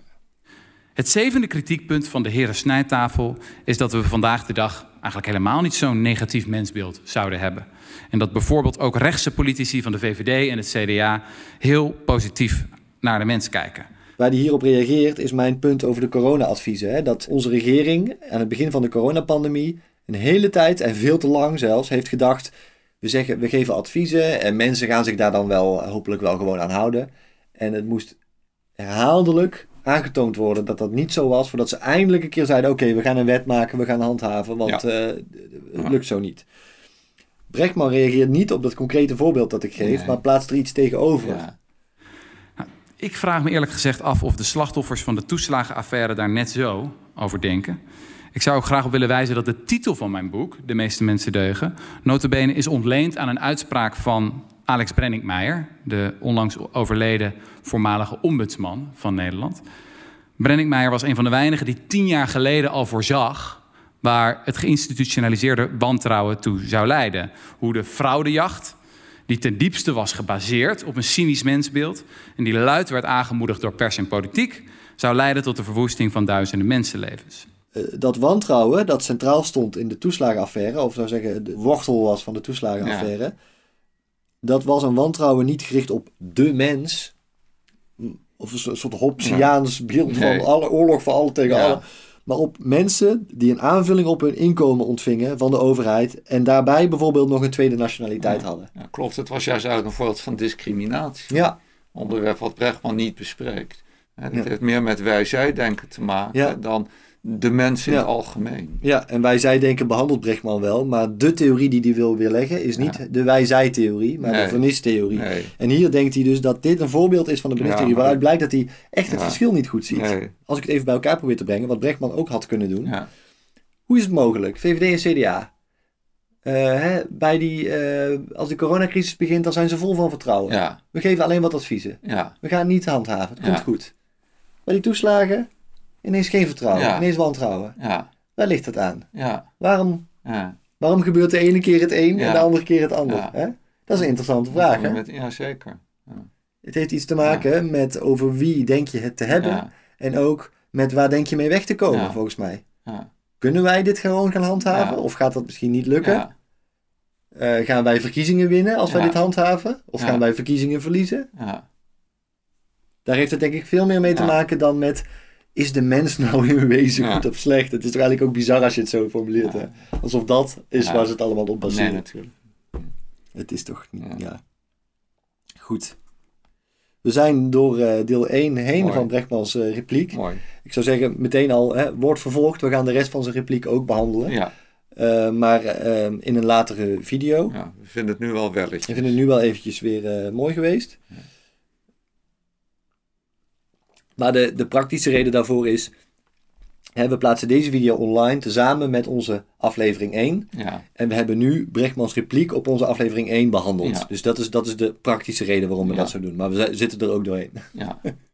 Het zevende kritiekpunt van de heren Snijtafel is dat we vandaag de dag eigenlijk helemaal niet zo'n negatief mensbeeld zouden hebben. En dat bijvoorbeeld ook rechtse politici van de V V D en het C D A heel positief naar de mens kijken. Waar hij hierop reageert is mijn punt over de corona-adviezen. Hè? Dat onze regering aan het begin van de coronapandemie een hele tijd, en veel te lang zelfs, heeft gedacht, we zeggen, we geven adviezen en mensen gaan zich daar dan wel hopelijk wel gewoon aan houden. En het moest herhaaldelijk aangetoond worden dat dat niet zo was, voordat ze eindelijk een keer zeiden, oké, we gaan een wet maken, we gaan handhaven, want Ja. eh, het lukt zo niet. Brechtman reageert niet op dat concrete voorbeeld dat ik geef, Nee. maar plaatst er iets tegenover. Ja. Ik vraag me eerlijk gezegd af of de slachtoffers van de toeslagenaffaire daar net zo over denken. Ik zou ook graag op willen wijzen dat de titel van mijn boek, De meeste mensen deugen, nota bene is ontleend aan een uitspraak van Alex Brenninkmeijer, de onlangs overleden voormalige ombudsman van Nederland. Brenninkmeijer was een van de weinigen die tien jaar geleden al voorzag waar het geïnstitutionaliseerde wantrouwen toe zou leiden. Hoe de fraudejacht, die ten diepste was gebaseerd op een cynisch mensbeeld en die luid werd aangemoedigd door pers en politiek, zou leiden tot de verwoesting van duizenden mensenlevens. Uh, dat wantrouwen dat centraal stond in de toeslagenaffaire, of zou zeggen de wortel was van de toeslagenaffaire, ja. Dat was een wantrouwen niet gericht op de mens, of een soort Hobbesiaans ja. beeld van nee. alle oorlog van alle tegen ja. alle, maar op mensen die een aanvulling op hun inkomen ontvingen van de overheid en daarbij bijvoorbeeld nog een tweede nationaliteit ja. hadden. Ja, klopt, het was juist eigenlijk een voorbeeld van discriminatie. Ja. Onderwerp wat Brechtman niet bespreekt. Het ja. heeft meer met wij-zij-denken te maken ja. dan de mens in ja. het algemeen. Ja, en wij-zij-denken behandelt Brechtman wel, maar de theorie die hij wil weerleggen is niet ja. de wij-zij-theorie, maar nee. de vernistheorie. Nee. En hier denkt hij dus dat dit een voorbeeld is van de vernistheorie, ja, waaruit blijkt dat hij echt het ja. verschil niet goed ziet. Nee. Als ik het even bij elkaar probeer te brengen, wat Brechtman ook had kunnen doen. Ja. Hoe is het mogelijk? V V D en C D A. Uh, hè, bij die, uh, als de coronacrisis begint, dan zijn ze vol van vertrouwen. Ja. We geven alleen wat adviezen. Ja. We gaan niet handhaven. Het ja. komt goed. Bij die toeslagen, ineens geen vertrouwen. Ja. Ineens wantrouwen. Ja. Waar ligt het aan? Ja. Waarom, ja. waarom gebeurt de ene keer het een ja. en de andere keer het ander? Ja. Hè? Dat is een interessante vraag. Hè? Met, ja, zeker. Ja. Het heeft iets te maken ja. met over wie denk je het te hebben. Ja. En ook met waar denk je mee weg te komen, ja. volgens mij. Ja. Kunnen wij dit gewoon gaan handhaven? Ja. Of gaat dat misschien niet lukken? Ja. Uh, gaan wij verkiezingen winnen als ja. wij dit handhaven? Of ja. gaan wij verkiezingen verliezen? Ja. Daar heeft het denk ik veel meer mee te ja. maken dan met is de mens nou in wezen Ja. goed of slecht? Het is toch eigenlijk ook bizar als je het zo formuleert. Ja. Hè? Alsof dat is Ja. waar ze het allemaal op baseren. Nee, natuurlijk. Het is toch niet... Ja. Ja. Goed. We zijn door uh, deel één heen Mooi. van Bregmans uh, repliek. Mooi. Ik zou zeggen, meteen al, hè, wordt vervolgd. We gaan de rest van zijn repliek ook behandelen. Ja, Uh, maar uh, in een latere video. ja, we vinden het nu wel welletjes. Ik vind het nu wel eventjes weer uh, mooi geweest. Ja. Maar de, de praktische reden daarvoor is... Hè, we plaatsen deze video online tezamen met onze aflevering één. Ja, En we hebben nu Bregmans repliek op onze aflevering één behandeld. Ja. Dus dat is, dat is de praktische reden waarom we Ja. dat zo doen. Maar we z- zitten er ook doorheen. ja.